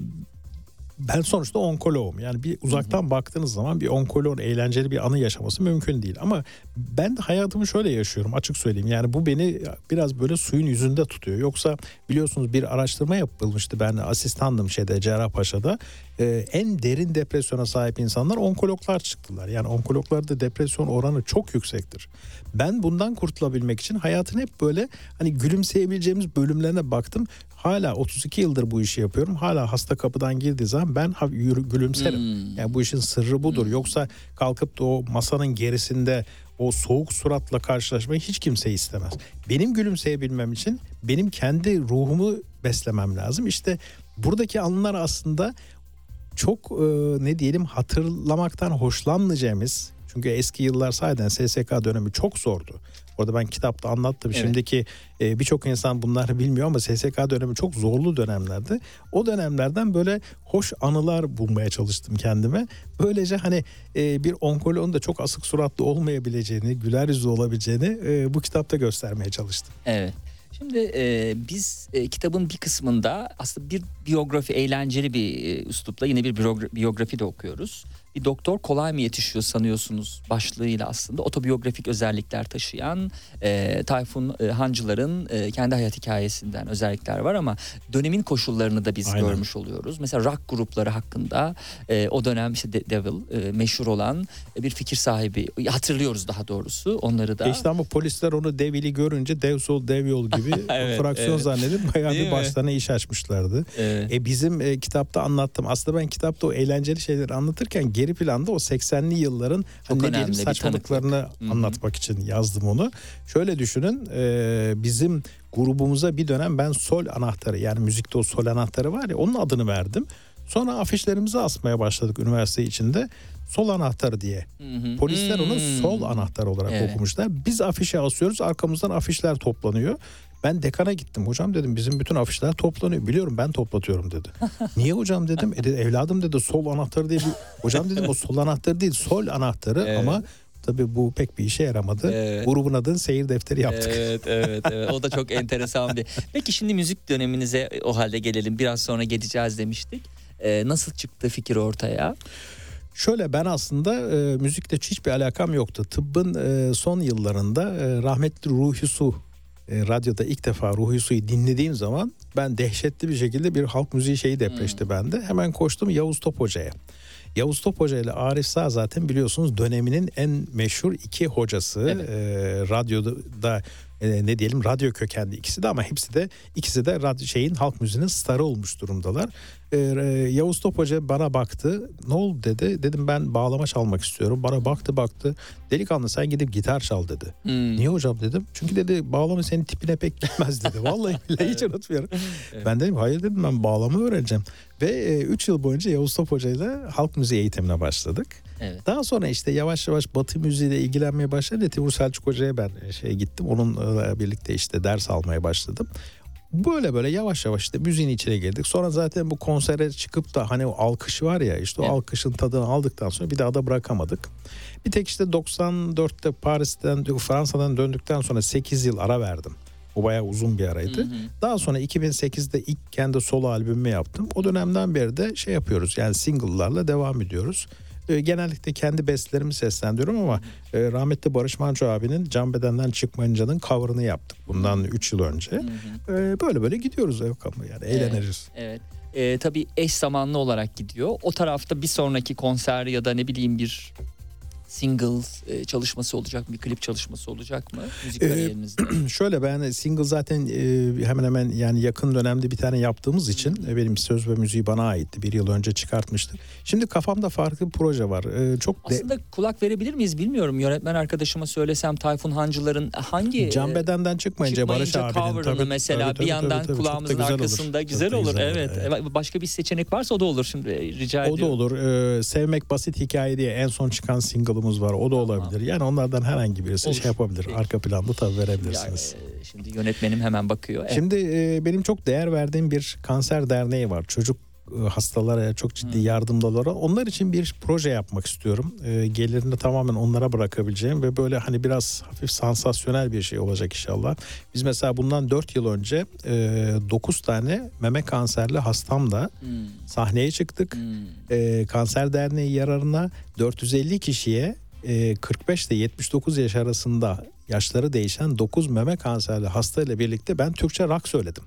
Ben sonuçta onkoloğum. Yani bir uzaktan hı hı. baktığınız zaman bir onkoloğun eğlenceli bir anı yaşaması mümkün değil. Ama ben de hayatımı şöyle yaşıyorum, açık söyleyeyim. Yani bu beni biraz böyle suyun yüzünde tutuyor. Yoksa biliyorsunuz bir araştırma yapılmıştı. Ben asistandım şeyde, Cerrahpaşa'da. Ee, en derin depresyona sahip insanlar onkologlar çıktılar. Yani onkologlarda depresyon oranı çok yüksektir. Ben bundan kurtulabilmek için hayatın hep böyle hani gülümseyebileceğimiz bölümlerine baktım. Hala otuz iki yıldır bu işi yapıyorum. Hala hasta kapıdan girdiği zaman ben yürü, gülümserim. Hmm. Yani bu işin sırrı budur. Hmm. Yoksa kalkıp da o masanın gerisinde o soğuk suratla karşılaşmayı hiç kimse istemez. Benim gülümseyebilmem için benim kendi ruhumu beslemem lazım. İşte buradaki anılar aslında çok e, ne diyelim hatırlamaktan hoşlanmayacağımız. Çünkü eski yıllar sahiden S S K dönemi çok zordu. Orada ben kitapta anlattım. Evet. Şimdiki e, birçok insan bunları bilmiyor ama S S K dönemi çok zorlu dönemlerdi. O dönemlerden böyle hoş anılar bulmaya çalıştım kendime. Böylece hani e, bir onkoloğun da çok asık suratlı olmayabileceğini, güler yüzlü olabileceğini e, bu kitapta göstermeye çalıştım. Evet. Şimdi e, biz e, kitabın bir kısmında aslında bir biyografi, eğlenceli bir e, üslupla yine bir biyografi de okuyoruz. Bir doktor kolay mı yetişiyor sanıyorsunuz başlığıyla aslında otobiyografik özellikler taşıyan e, Tayfun e, Hancılar'ın e, kendi hayat hikayesinden özellikler var ama dönemin koşullarını da biz Aynen. görmüş oluyoruz. Mesela rock grupları hakkında e, o dönem işte De- Devil e, meşhur olan e, bir fikir sahibi, hatırlıyoruz daha doğrusu onları da. E işte ama polisler onu Devil'i görünce dev sol dev yol gibi evet, fraksiyon evet. zannedip bayağı Değil bir mi? başlarına iş açmışlardı. Evet. E, bizim e, kitapta anlattım. Aslında ben kitapta o eğlenceli şeyleri anlatırken geri planda o seksenli yılların hani ne diyelim saçmalıklarını anlatmak için yazdım onu. Şöyle düşünün, e, bizim grubumuza bir dönem ben sol anahtarı, yani müzikte o sol anahtarı var ya, onun adını verdim. Sonra afişlerimizi asmaya başladık üniversite içinde. Sol anahtarı diye. Hı-hı. Polisler onu sol anahtar olarak evet. okumuşlar. Biz afişe asıyoruz, arkamızdan afişler toplanıyor. Ben dekana gittim. Hocam dedim, bizim bütün afişler toplanıyor. Biliyorum, ben toplatıyorum dedi. Niye hocam dedim. E dedi, evladım dedi, sol anahtarı diye bir... Hocam dedim, o sol anahtarı değil, sol anahtarı evet. ama tabii bu pek bir işe yaramadı. Evet. Grubun adını seyir defteri yaptık. Evet, evet, evet. O da çok enteresan bir... Peki şimdi müzik döneminize o halde gelelim. Biraz sonra geleceğiz demiştik. Ee, nasıl çıktı fikir ortaya? Şöyle, ben aslında e, müzikle hiçbir alakam yoktu. Tıbbın e, son yıllarında e, rahmetli Ruhi Su e, radyoda ilk defa Ruhi Su'yu dinlediğim zaman ben dehşetli bir şekilde bir halk müziği şeyi depreşti hmm. bende. Hemen koştum Yavuz Top Hoca'ya. Yavuz Top Hoca ile Arif Sağ zaten biliyorsunuz döneminin en meşhur iki hocası. Evet. E, radyoda e, ne diyelim radyo kökenli ikisi de ama hepsi de ikisi de radyo şeyin halk müziğinin starı olmuş durumdalar. E, Yavuz Top Hoca bana baktı. Ne oldu dedi. Dedim ben bağlama çalmak istiyorum. Bana baktı baktı. Delikanlı sen gidip gitar çal dedi. Hmm. Niye hocam dedim. Çünkü dedi bağlama senin tipine pek gitmez dedi. Vallahi billahi hiç unutmuyorum. Evet. Ben dedim hayır dedim, ben bağlama öğreneceğim. Ve üç yıl boyunca Yavuz Top Hoca ile halk müziği eğitimine başladık. Evet. Daha sonra işte yavaş yavaş Batı müziğiyle ilgilenmeye başladı. Timur Selçuk Hoca'ya ben şey gittim. Onunla birlikte işte ders almaya başladım. Böyle böyle yavaş yavaş işte müziğin içine girdik. Sonra zaten bu konsere çıkıp da hani o alkış var ya, işte o evet. alkışın tadını aldıktan sonra bir daha da bırakamadık. Bir tek işte doksan dörtte Paris'ten, Fransa'dan döndükten sonra sekiz yıl ara verdim. O bayağı uzun bir araydı. Hı hı. Daha sonra iki bin sekizde ilk kendi solo albümümü yaptım. O dönemden beri de şey yapıyoruz, yani single'larla devam ediyoruz. E, genellikle kendi bestelerimi seslendiriyorum ama e, rahmetli Barış Manço abinin Can Beden'den Çıkmayınca'nın cover'ını yaptık bundan üç yıl önce. Hı hı. E, böyle böyle gidiyoruz yani, eğleniriz. Evet. evet. E, tabii eş zamanlı olarak gidiyor. O tarafta bir sonraki konser ya da ne bileyim bir single e, çalışması olacak mı? Bir klip çalışması olacak mı? Müzik kariyerinizde. Ee, şöyle, ben single zaten e, hemen hemen yani yakın dönemde bir tane yaptığımız için e, benim söz ve müziği bana aitti. Bir yıl önce çıkartmıştık. Şimdi kafamda farklı bir proje var. E, çok Aslında de... kulak verebilir miyiz bilmiyorum. Yönetmen arkadaşıma söylesem Tayfun Hancılar'ın hangi Can Beden'den çıkmayınca, Barış abinin tabii, mesela tabii, tabii, bir yandan tabii, tabii, kulağımızın güzel arkasında olur. güzel çok olur. Güzel evet. evet. Başka bir seçenek varsa o da olur şimdi, rica o ediyorum. O da olur. Ee, Sevmek Basit Hikaye diye en son çıkan single'ımız var. O da olabilir. Yani onlardan herhangi birisi olur. Şey yapabilir. Peki. Arka planda tabii verebilirsiniz. Yani, şimdi yönetmenim hemen bakıyor. Evet. Şimdi e, benim çok değer verdiğim bir kanser derneği var. Çocuk e, hastalara çok ciddi hmm. yardımdalar. Onlar için bir proje yapmak istiyorum. E, gelirini tamamen onlara bırakabileceğim ve böyle hani biraz hafif sansasyonel bir şey olacak inşallah. Biz mesela bundan dört yıl önce e, dokuz tane meme kanserli hastamla hmm. sahneye çıktık. Hmm. E, Kanser Derneği yararına dört yüz elli kişiye kırk beş ile yetmiş dokuz yaş arasında yaşları değişen dokuz meme kanserli hastayla birlikte ben Türkçe rock söyledim.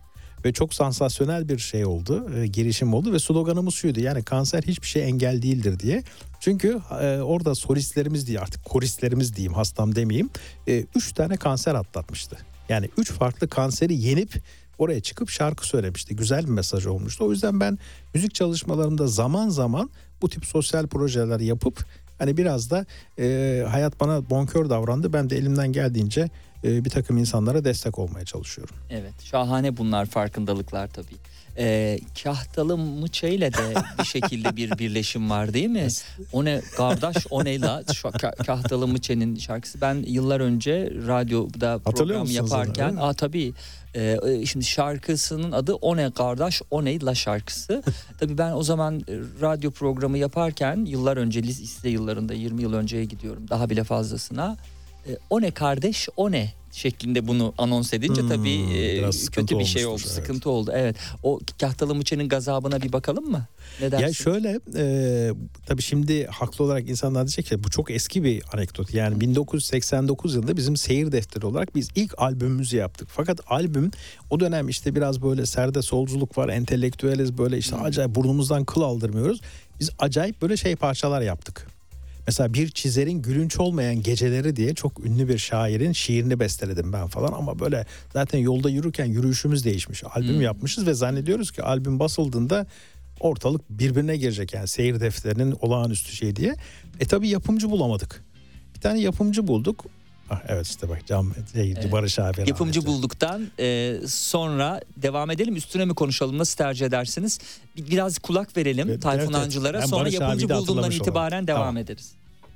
Ve çok sansasyonel bir şey oldu, e, girişim oldu ve sloganımız şuydu: yani kanser hiçbir şey engel değildir diye. Çünkü e, orada solistlerimiz diye, artık koristlerimiz diyeyim, hastam demeyeyim, e, üç tane kanser atlatmıştı. Yani üç farklı kanseri yenip oraya çıkıp şarkı söylemişti. Güzel bir mesaj olmuştu. O yüzden ben müzik çalışmalarımda zaman zaman bu tip sosyal projeler yapıp hani biraz da e, hayat bana bonkör davrandı. Ben de elimden geldiğince e, bir takım insanlara destek olmaya çalışıyorum. Evet, şahane bunlar, farkındalıklar tabii. E, Kahtalı Mıça ile de bir şekilde bir birleşim var değil mi? O ne kardeş, o ne la? Kahtalı Mıça'nın şarkısı. Ben yıllar önce radyoda program yaparken, aa tabii. Ee, şimdi şarkısının adı O Ne Kardeş O Ne La şarkısı. Tabii ben o zaman radyo programı yaparken yıllar önce, lise yıllarında, yirmi yıl önceye gidiyorum, daha bile fazlasına. E, o ne kardeş o ne şeklinde bunu anons edince hmm, tabii e, kötü bir şey oldu, evet. Sıkıntı oldu. Evet. O Kahtalı Mıça'nın gazabına bir bakalım mı? Ne dersin? Ya şöyle, e, tabii şimdi haklı olarak insanlar diyecek ki bu çok eski bir anekdot. Yani bin dokuz yüz seksen dokuz yılında bizim seyir defteri olarak biz ilk albümümüzü yaptık. Fakat albüm o dönem işte biraz böyle serde solculuk var, entelektüeliz, böyle işte hmm. acayip burnumuzdan kıl aldırmıyoruz. Biz acayip böyle şey parçalar yaptık. Mesela Bir Çizerin Gülünç Olmayan Geceleri diye çok ünlü bir şairin şiirini besteledim ben falan, ama böyle zaten yolda yürürken yürüyüşümüz değişmiş. Albüm hmm. yapmışız ve zannediyoruz ki albüm basıldığında ortalık birbirine girecek, yani seyir defterinin olağanüstü şey diye. E tabii yapımcı bulamadık. Bir tane yapımcı bulduk. Ah, evet işte bak Can şey, evet. Barış abi. Yapımcı rahmetli. bulduktan e, sonra devam edelim, üstüne mi konuşalım, nasıl tercih edersiniz? Biraz kulak verelim evet, Tayfun evet, Hancılar'a evet. Sonra Barış yapımcı bulduğundan itibaren olalım. Devam tamam. ederiz.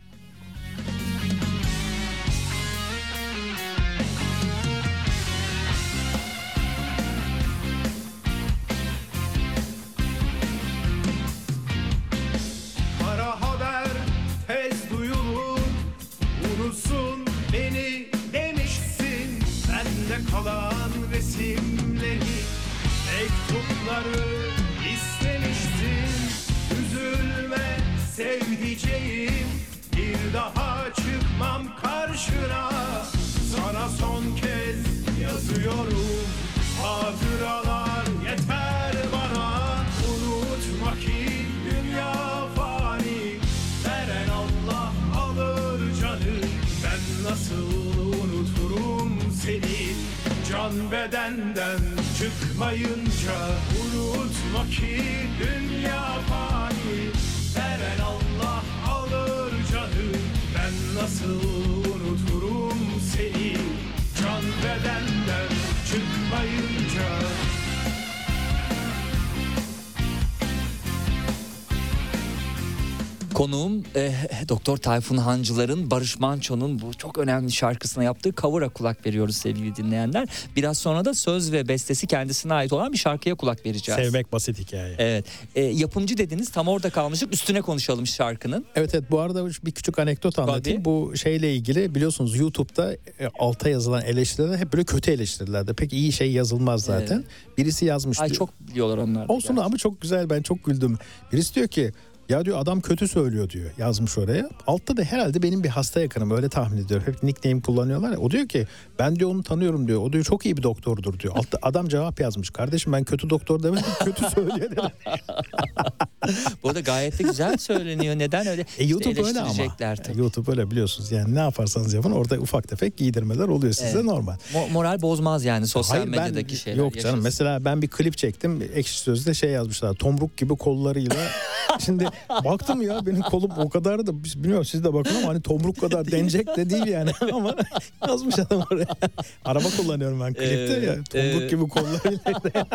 Kalan resimleri, mektupları istemiştin. Üzülme sevdiceğim, bir daha çıkmam karşına. Sana son kez yazıyorum, hatıralar yeter bana. Unutma ki dünya fani, veren Allah alır canı. Ben nasıl unuturum seni? Can bedenden çıkmayınca, unutma ki dünya fani, veren Allah alır canı. Ben nasıl unuturum seni? Can bedenden çıkmayınca. Konuğum e, Doktor Tayfun Hancılar'ın Barış Manço'nun bu çok önemli şarkısına yaptığı cover'a kulak veriyoruz sevgili dinleyenler. Biraz sonra da söz ve bestesi kendisine ait olan bir şarkıya kulak vereceğiz. Sevmek basit hikaye. Evet. E, yapımcı dediniz, tam orada kalmıştık. Üstüne konuşalım şarkının. Evet evet, bu arada bir küçük anekdot anlatayım. Tabii. Bu şeyle ilgili biliyorsunuz YouTube'da e, alta yazılan eleştiriler hep böyle kötü eleştirilerde. Pek iyi şey yazılmaz zaten. Evet. Birisi yazmış Ay diyor. çok biliyorlar onlar. Olsun yani. Ama çok güzel, ben çok güldüm. Birisi diyor ki ya diyor adam kötü söylüyor diyor, yazmış oraya. Altta da herhalde benim bir hasta yakınım, öyle tahmin ediyorum. Hep nickname kullanıyorlar ya. O diyor ki ben diyor onu tanıyorum diyor. O diyor çok iyi bir doktordur diyor. Altta adam cevap yazmış. Kardeşim ben kötü doktor demedim, kötü söylüyor dedim. Bu arada gayet de güzel söyleniyor. Neden öyle? E, YouTube öyle ama. Tabii. YouTube öyle biliyorsunuz. Yani ne yaparsanız yapın orada ufak tefek giydirmeler oluyor size, evet. Normal. Mo- moral bozmaz yani sosyal Hayır, medyadaki ben, şeyler. Yok canım yaşasın. Mesela ben bir klip çektim. Ekşi Sözlü'de şey yazmışlar. Tomruk gibi kollarıyla. Şimdi baktım ya benim kolum o kadar da bilmiyorum siz de bakın ama hani tomruk kadar denecek de değil yani. Ama yazmış adam oraya. Araba kullanıyorum ben klipte evet, ya. Tomruk evet. gibi kollarıyla.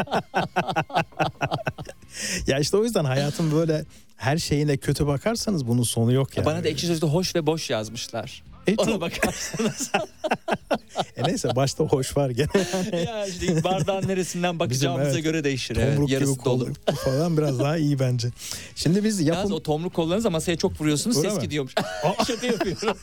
Ya işte o yüzden hayatım böyle her şeyine kötü bakarsanız bunun sonu yok yani. Bana da Ekşi Sözlü'de hoş ve boş yazmışlar. E, Ona bakarsanız. e neyse başta hoş var gene. Ya işte bardağın neresinden bakacağımıza Bizim, evet, göre değişir. Tomruk evet, gibi yarısı dolu falan biraz daha iyi bence. Şimdi biz yapım... Yalnız o tomruk kollarınızla masaya çok vuruyorsunuz, öyle ses mi? Gidiyormuş. Şaka yapıyorum.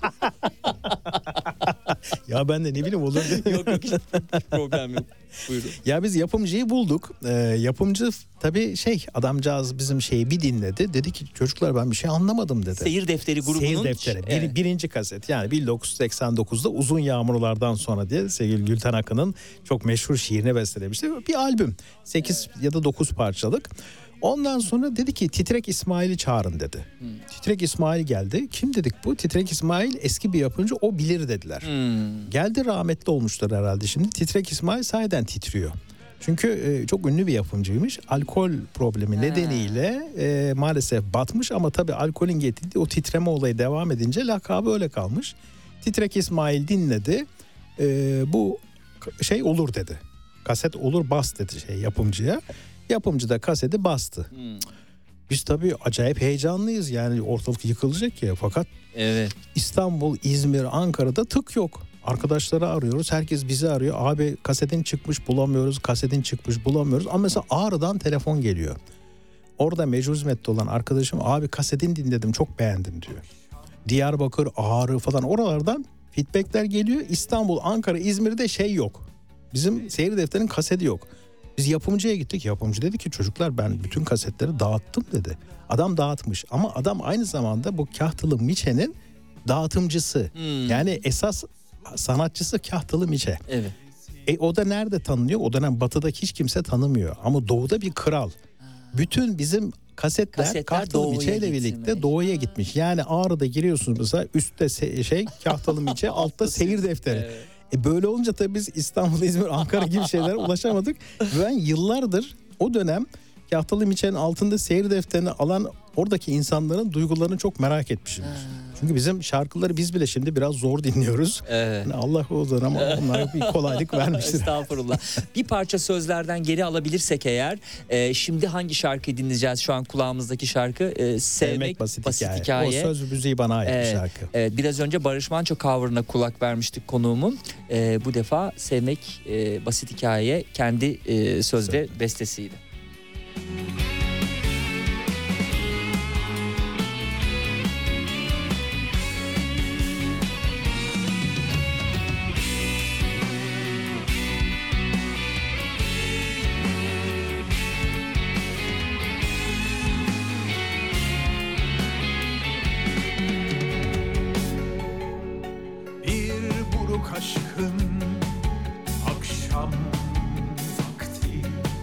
Ya ben de ne bileyim olur diye. Yok yok hiç problem yok. Buyurun. Ya biz yapımcıyı bulduk. Ee, yapımcı tabii şey adamcağız bizim şeyi bir dinledi. Dedi ki çocuklar ben bir şey anlamadım dedi. Seyir Defteri grubunun. Seyir Defteri. Bir, evet. Birinci kaset yani bin dokuz yüz seksen dokuzda Uzun Yağmurlardan Sonra diye sevgili Gülten Akın'ın çok meşhur şiirini bestelemişti. Bir albüm. sekiz ya da dokuz parçalık. Ondan sonra dedi ki Titrek İsmail'i çağırın dedi. Hmm. Titrek İsmail geldi. Kim dedik bu? Titrek İsmail eski bir yapımcı, o bilir dediler. Hmm. Geldi, rahmetli olmuştur herhalde şimdi. Titrek İsmail sahiden titriyor. Çünkü e, çok ünlü bir yapımcıymış. Alkol problemi ha. nedeniyle e, maalesef batmış ama tabii alkolün getirdiği o titreme olayı devam edince lakabı öyle kalmış. Titrek İsmail dinledi. E, bu şey olur dedi. Kaset olur bas dedi şey yapımcıya. Yapımcı da kaseti bastı. Hmm. Biz tabii acayip heyecanlıyız yani ortalık yıkılacak ya, fakat evet. İstanbul, İzmir, Ankara'da tık yok. Arkadaşları arıyoruz, herkes bizi arıyor. Abi kasetin çıkmış bulamıyoruz, kasetin çıkmış bulamıyoruz. Ama mesela Ağrı'dan telefon geliyor. Orada mecbur hizmette olan arkadaşım abi kasetin dinledim çok beğendim diyor. Diyarbakır, Ağrı falan oralardan feedbackler geliyor. İstanbul, Ankara, İzmir'de şey yok. Bizim Seyir Defteri'nin kaseti yok. Biz yapımcıya gittik. Yapımcı dedi ki çocuklar ben bütün kasetleri dağıttım dedi. Adam dağıtmış ama adam aynı zamanda bu Kahtılı Miçe'nin dağıtımcısı. Hmm. Yani esas sanatçısı Kahtılı Miçe. Evet. E o da nerede tanınıyor? O dönem batıdaki hiç kimse tanımıyor. Ama doğuda bir kral. Bütün bizim kasetler, kasetler Kahtılı Miçe ile birlikte doğuya gitmiş. Yani Ağrı'da giriyorsunuz mesela üstte se- şey Kahtılı Miçe, altta Seyir Defteri. Evet. E böyle olunca tabii biz İstanbul, İzmir, Ankara gibi şeylere ulaşamadık. Ben yıllardır o dönem Kahtılı Miçe'nin altında Seyir Defteri'ni alan oradaki insanların duygularını çok merak etmişimdir. Çünkü bizim şarkıları biz bile şimdi biraz zor dinliyoruz. Evet. Yani Allah o dönem onlara bir kolaylık vermiştir. Estağfurullah. Bir parça sözlerden geri alabilirsek eğer, e, şimdi hangi şarkıyı dinleyeceğiz? Şu an kulağımızdaki şarkı e, Sevmek, Sevmek Basit, basit hikaye. hikaye. O söz müziği bana ait evet, bir şarkı. Evet, biraz önce Barış Manço cover'ına kulak vermiştik konuğumun. E, bu defa Sevmek e, Basit Hikaye kendi e, söz ve bestesiydi. Aşkın akşam vakti,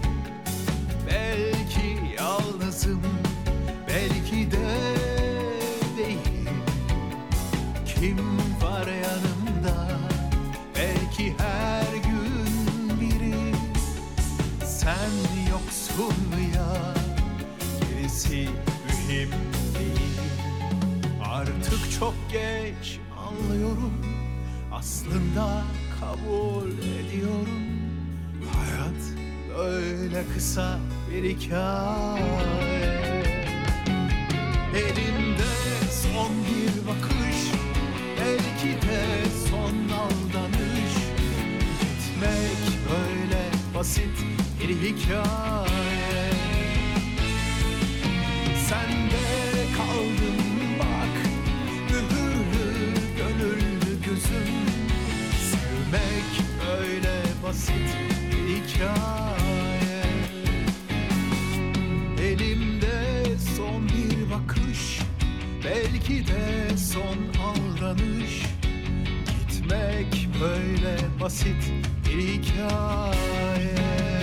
belki yalnızım, belki de değil. Kim var yanımda, belki her gün biri. Sen yoksun ya, gerisi mühim değil. Artık çok geç anlıyorum, aslında kabul ediyorum. Hayat böyle kısa bir hikaye. Elimde belki de son aldanış. Gitmek böyle basit bir hikaye.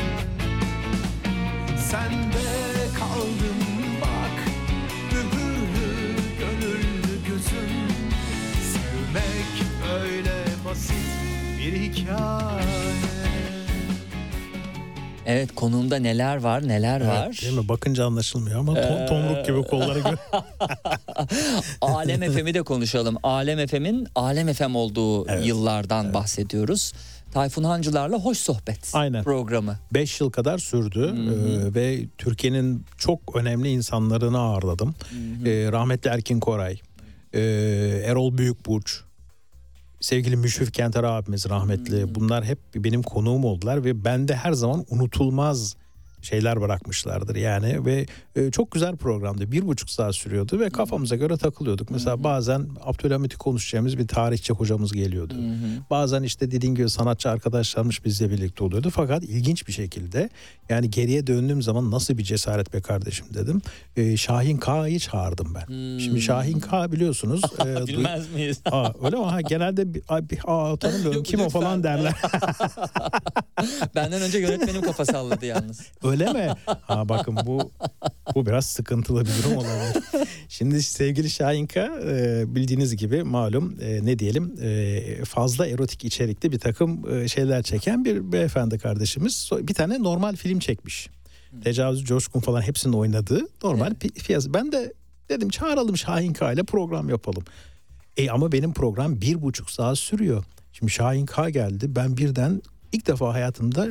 Sende kaldım bak, mühürlü gönüllü gözüm. Sevmek böyle basit bir hikaye. Evet, konuğumda neler var neler Evet, var. değil mi? Bakınca anlaşılmıyor ama ton, tomruk gibi kolları gör. Alem F M'i de konuşalım. Alem F M'in Alem F M olduğu Evet, yıllardan evet. bahsediyoruz. Tayfun Hancılar'la Hoş Sohbet Aynen. programı. beş yıl kadar sürdü ee, ve Türkiye'nin çok önemli insanlarını ağırladım. Ee, rahmetli Erkin Koray, e, Erol Büyükburç, sevgili Müşfik Kenter abimiz rahmetli. Hmm. Bunlar hep benim konuğum oldular ve bende her zaman unutulmaz şeyler bırakmışlardır yani ve e, çok güzel programdı. Bir buçuk saat sürüyordu ve kafamıza göre takılıyorduk. Mesela hmm. bazen Abdülhamit'i konuşacağımız bir tarihçi hocamız geliyordu. Hmm. Bazen işte dediğin gibi sanatçı arkadaşlarımız bizle birlikte oluyordu. Fakat ilginç bir şekilde yani geriye döndüğüm zaman nasıl bir cesaret be kardeşim dedim. E, Şahin K'yı çağırdım ben. Hmm. Şimdi Şahin K biliyorsunuz. e, Bilmez du- miyiz? Aa, öyle mi? Ha, genelde bir, bir, aa, tanımıyorum Yok, kim o falan derler. Benden önce yönetmenim kafa salladı yalnız. Öyle mi? Ha bakın bu bu biraz sıkıntılı bir durum olabilir. Şimdi sevgili Şahinka e, bildiğiniz gibi malum e, ne diyelim e, fazla erotik içerikli bir takım e, şeyler çeken bir beyefendi kardeşimiz. Bir tane normal film çekmiş. Tecavüz, Coşkun falan hepsinin oynadığı normal evet. piyasa. Ben de dedim çağıralım Şahinka ile program yapalım. E ama benim program bir buçuk saat sürüyor. Şimdi Şahinka geldi. Ben birden ilk defa hayatımda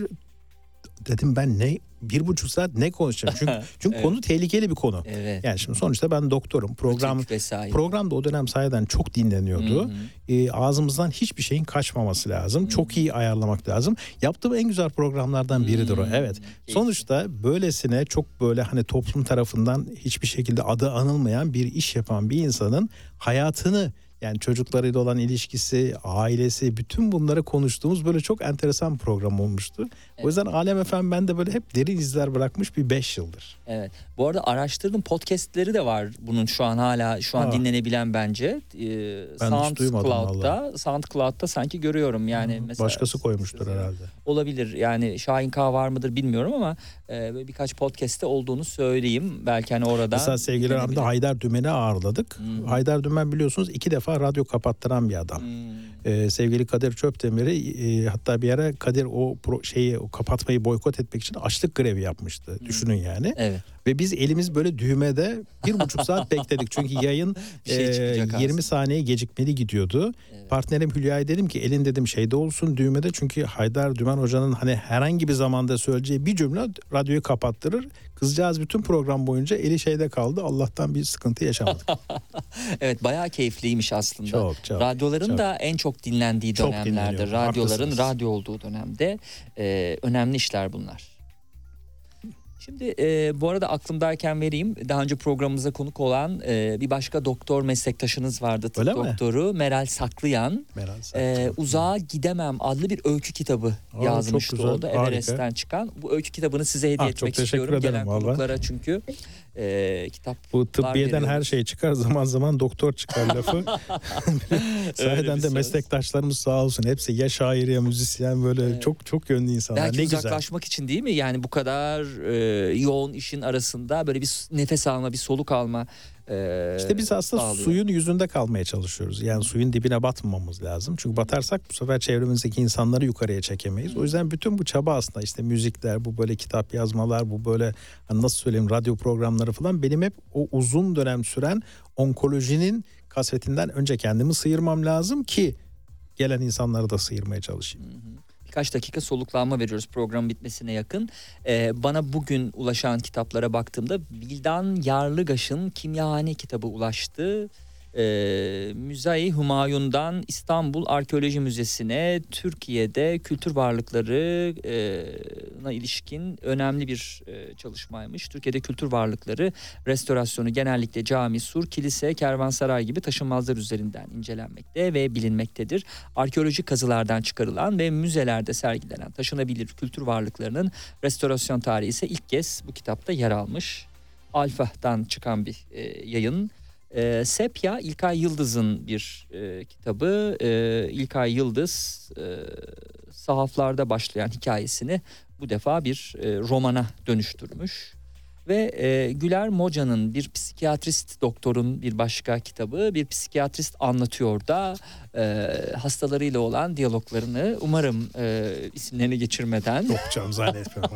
dedim ben ne bir buçuk saat ne konuşacağım? Çünkü çünkü evet. konu tehlikeli bir konu. Evet. Yani şimdi sonuçta ben doktorum. Program program da o dönem sayeden çok dinleniyordu. E, ağzımızdan hiçbir şeyin kaçmaması lazım. Hı-hı. Çok iyi ayarlamak lazım. Yaptığım en güzel programlardan biridir Hı-hı. o. Evet. Kesinlikle. Sonuçta böylesine çok böyle hani toplum tarafından hiçbir şekilde adı anılmayan bir iş yapan bir insanın hayatını yani çocuklarıyla olan ilişkisi, ailesi, bütün bunları konuştuğumuz böyle çok enteresan bir program olmuştu. Evet. O yüzden Alem F M bende böyle hep derin izler bırakmış bir beş yıldır. Evet. Bu arada araştırdım, podcastleri de var bunun şu an hala şu an ha. dinlenebilen bence. Ee, ben hiç duymadım valla. SoundCloud'da sanki görüyorum yani. Hı, mesela başkası koymuştur herhalde. Olabilir yani Şahin K var mıdır bilmiyorum ama e, birkaç podcast'te olduğunu söyleyeyim. Belki hani orada. Mesela sevgili Rahmi Haydar Dümen'i ağırladık. Hmm. Haydar Dümen biliyorsunuz iki defa radyo kapattıran bir adam. Hmm. Ee, sevgili Kadir Çöpdemir'i e, hatta bir ara Kadir o pro, şeyi o kapatmayı boykot etmek için açlık grevi yapmıştı. Hmm. Düşünün yani. Evet. Ve biz elimiz böyle düğmede bir buçuk saat bekledik. Çünkü yayın şey e, yirmi saniye gecikmeli gidiyordu. Evet. Partnerim Hülya'ya dedim ki elin dedim şeyde olsun düğmede. Çünkü Haydar Dümen Hoca'nın hani herhangi bir zamanda söyleyeceği bir cümle radyoyu kapattırır. Kızcağız bütün program boyunca eli şeyde kaldı. Allah'tan bir sıkıntı yaşamadık. Evet bayağı keyifliymiş aslında. Çok çok. Radyoların çok. da en çok dinlendiği çok dönemlerde. Radyoların haklısınız. Radyo olduğu dönemde e, önemli işler bunlar. Şimdi e, bu arada aklımdayken vereyim. Daha önce programımıza konuk olan e, bir başka doktor meslektaşınız vardı. Tıp Öyle doktoru mi? Meral Saklıyan. Meral Saklıyan. E, Uzağa Gidemem adlı bir öykü kitabı Aa, yazmıştı o da. Everest'ten çıkan. Bu öykü kitabını size hediye ah, etmek istiyorum. Gelen konuklara çünkü. E, kitap bu tıbbiyeden her şey çıkar zaman zaman doktor çıkar lafı. Sayeden de meslektaşlarımız sağ olsun hepsi ya şair ya müzisyen böyle evet. çok çok yönlü insanlar. Belki ne uzaklaşmak güzel. için değil mi? Yani bu kadar e, yoğun işin arasında böyle bir nefes alma, bir soluk alma. E, işte biz aslında sağlıyor. Suyun yüzünde kalmaya çalışıyoruz. Yani suyun dibine batmamamız lazım. Çünkü batarsak bu sefer çevremizdeki insanları yukarıya çekemeyiz. O yüzden bütün bu çaba aslında işte müzikler, bu böyle kitap yazmalar, bu böyle hani nasıl söyleyeyim radyo programları falan benim hep o uzun dönem süren onkolojinin kasvetinden önce kendimi sıyırmam lazım ki gelen insanları da sıyırmaya çalışayım. Hı hı. Birkaç dakika soluklanma veriyoruz programın bitmesine yakın. Ee, bana bugün ulaşan kitaplara baktığımda Vildan Yarlıgaş'ın Kimyahane kitabı ulaştı. Ee, Müze-i Humayun'dan İstanbul Arkeoloji Müzesi'ne Türkiye'de kültür varlıklarına ilişkin önemli bir e, çalışmaymış. Türkiye'de kültür varlıkları restorasyonu genellikle cami, sur, kilise, kervansaray gibi taşınmazlar üzerinden incelenmekte ve bilinmektedir. Arkeolojik kazılardan çıkarılan ve müzelerde sergilenen taşınabilir kültür varlıklarının restorasyon tarihi ise ilk kez bu kitapta yer almış. Alfa'dan çıkan bir e, yayın. E, Sepya İlkay Yıldız'ın bir e, kitabı. E, İlkay Yıldız e, sahaflarda başlayan hikayesini bu defa bir e, romana dönüştürmüş. Ve e, Güler Moca'nın bir psikiyatrist doktorun bir başka kitabı, bir psikiyatrist anlatıyor da e, hastalarıyla olan diyaloglarını, umarım e, isimlerini geçirmeden. Yok canım, zannetmiyorum.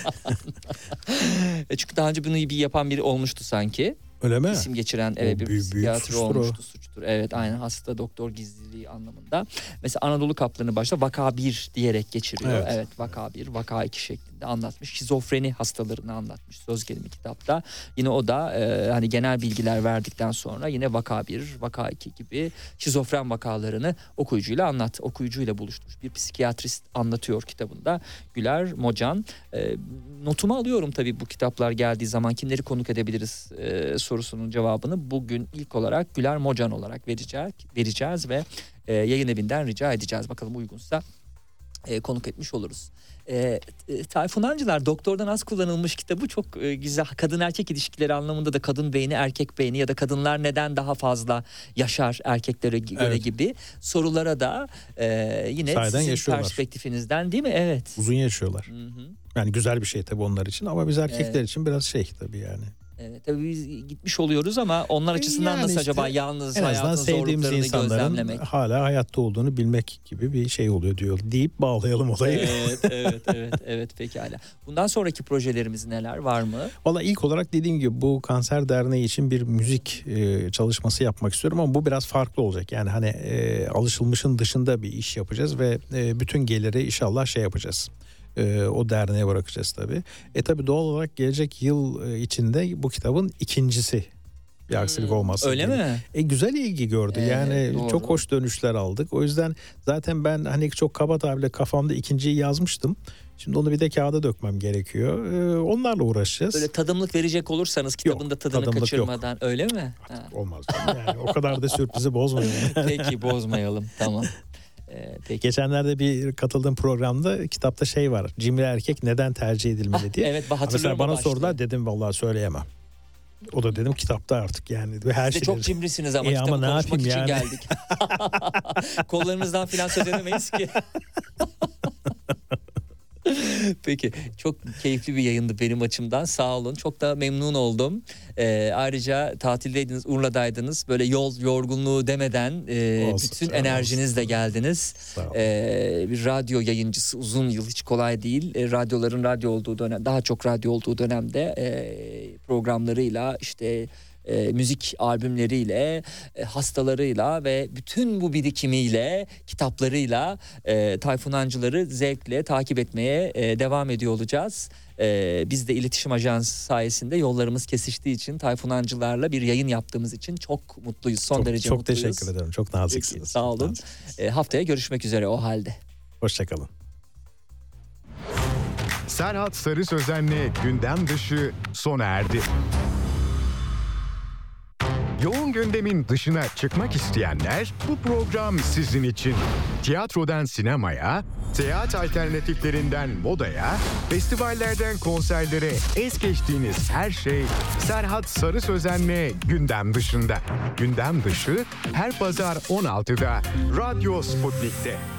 Çünkü daha önce bunu bir yapan biri olmuştu sanki. Öyle mi? İsim geçiren evet, bir büyük, psikiyatr büyük olmuştu, suçtur. Evet, aynen, hasta doktor gizliliği anlamında. Mesela Anadolu Kaplanı başta vaka bir diyerek geçiriyor. Evet, Evet. evet vaka bir, vaka iki şeklinde anlatmış. Şizofreni hastalarını anlatmış söz gelimi kitapta. Yine o da e, hani genel bilgiler verdikten sonra yine vaka bir, vaka iki gibi şizofren vakalarını okuyucuyla anlat, okuyucuyla buluşturmuş. Bir psikiyatrist anlatıyor kitabında Güler Mocan. E, notumu alıyorum tabii bu kitaplar geldiği zaman kimleri konuk edebiliriz e, sorusunun cevabını bugün ilk olarak Güler Mocan olarak verecek, vereceğiz ve e, yayın evinden rica edeceğiz. Bakalım uygunsa e, konuk etmiş oluruz. E, e, Tayfun Ancılar Doktordan Az Kullanılmış kitabı çok e, güzel. Kadın erkek ilişkileri anlamında da kadın beyni, erkek beyni ya da kadınlar neden daha fazla yaşar erkeklere göre Evet. gibi sorulara da e, yine Sahiden sizin yaşıyorlar. perspektifinizden, değil mi? Evet. Uzun yaşıyorlar. Hı hı. Yani güzel bir şey tabii onlar için, ama biz erkekler Evet. için biraz şey tabii yani. Evet, tabii biz gitmiş oluyoruz ama onlar açısından Yani nasıl işte acaba yalnız En azından hayatın sevdiğimiz zorluklarını insanların gözlemlemek? hala hayatta olduğunu bilmek gibi bir şey oluyor diyor deyip bağlayalım olayı. Evet, evet, evet, evet, pekala. Bundan sonraki projelerimiz neler, var mı? Valla ilk olarak dediğim gibi bu Kanser Derneği için bir müzik e, çalışması yapmak istiyorum, ama bu biraz farklı olacak. Yani hani e, alışılmışın dışında bir iş yapacağız ve e, bütün geliri inşallah şey yapacağız. E, o derneğe bırakacağız tabii. E tabii doğal olarak gelecek yıl e, içinde bu kitabın ikincisi. Bir aksilik Hmm, olmazsa. öyle diye. mi? E, güzel ilgi gördü. Evet, yani doğru. çok hoş dönüşler aldık. O yüzden zaten ben hani çok kaba tabirle kafamda ikinciyi yazmıştım. Şimdi onu bir de kağıda dökmem gerekiyor. E, onlarla uğraşacağız. Böyle tadımlık verecek olursanız kitabın da tadını tadımlık kaçırmadan, öyle mi? Ha. Olmaz. Yani o kadar da sürprizi bozmayalım. Peki, bozmayalım, tamam. Ee, peki. Geçenlerde bir katıldığım programda kitapta şey var. Cimri erkek neden tercih edilmeli diye. Evet, Mesela hatırlıyorum bana o başlığı. sordular, dedim vallahi söyleyemem. O da dedim kitapta artık yani. Ve her Siz de şey çok cimrisiniz ama E kitabı ama ne konuşmak için yapayım yani? geldik. Kollarınızdan filan söz edemeyiz ki. Peki, çok keyifli bir yayındı benim açımdan, sağ olun, çok da memnun oldum. Ee, ayrıca tatildeydiniz, Urla'daydınız, böyle yol yorgunluğu demeden e, Olsun, bütün sağ enerjinizle olsun. geldiniz. Sağ olun. Ee, bir radyo yayıncısı uzun yıl, hiç kolay değil. E, radyoların radyo olduğu dönem, daha çok radyo olduğu dönemde e, programlarıyla, işte E, müzik albümleriyle, e, hastalarıyla ve bütün bu birikimiyle, kitaplarıyla e, Tayfun Ancılar'ı zevkle takip etmeye e, devam ediyor olacağız. E, biz de iletişim ajansı sayesinde yollarımız kesiştiği için, Tayfun Ancılar'la bir yayın yaptığımız için çok mutluyuz. Son çok, derece çok mutluyuz. teşekkür ederim. Çok naziksiniz. Peki, sağ Çok olun. naziksiniz. E, haftaya görüşmek üzere o halde. Hoşçakalın. Serhat Sarı Sözen'le gündem dışı sona erdi. Yoğun gündemin dışına çıkmak isteyenler, bu program sizin için. Tiyatrodan sinemaya, seyahat alternatiflerinden modaya, festivallerden konserlere es geçtiğiniz her şey Serhat Sarı Sözen'le gündem dışında. Gündem dışı her pazar on altıda Radyo Sputnik'te.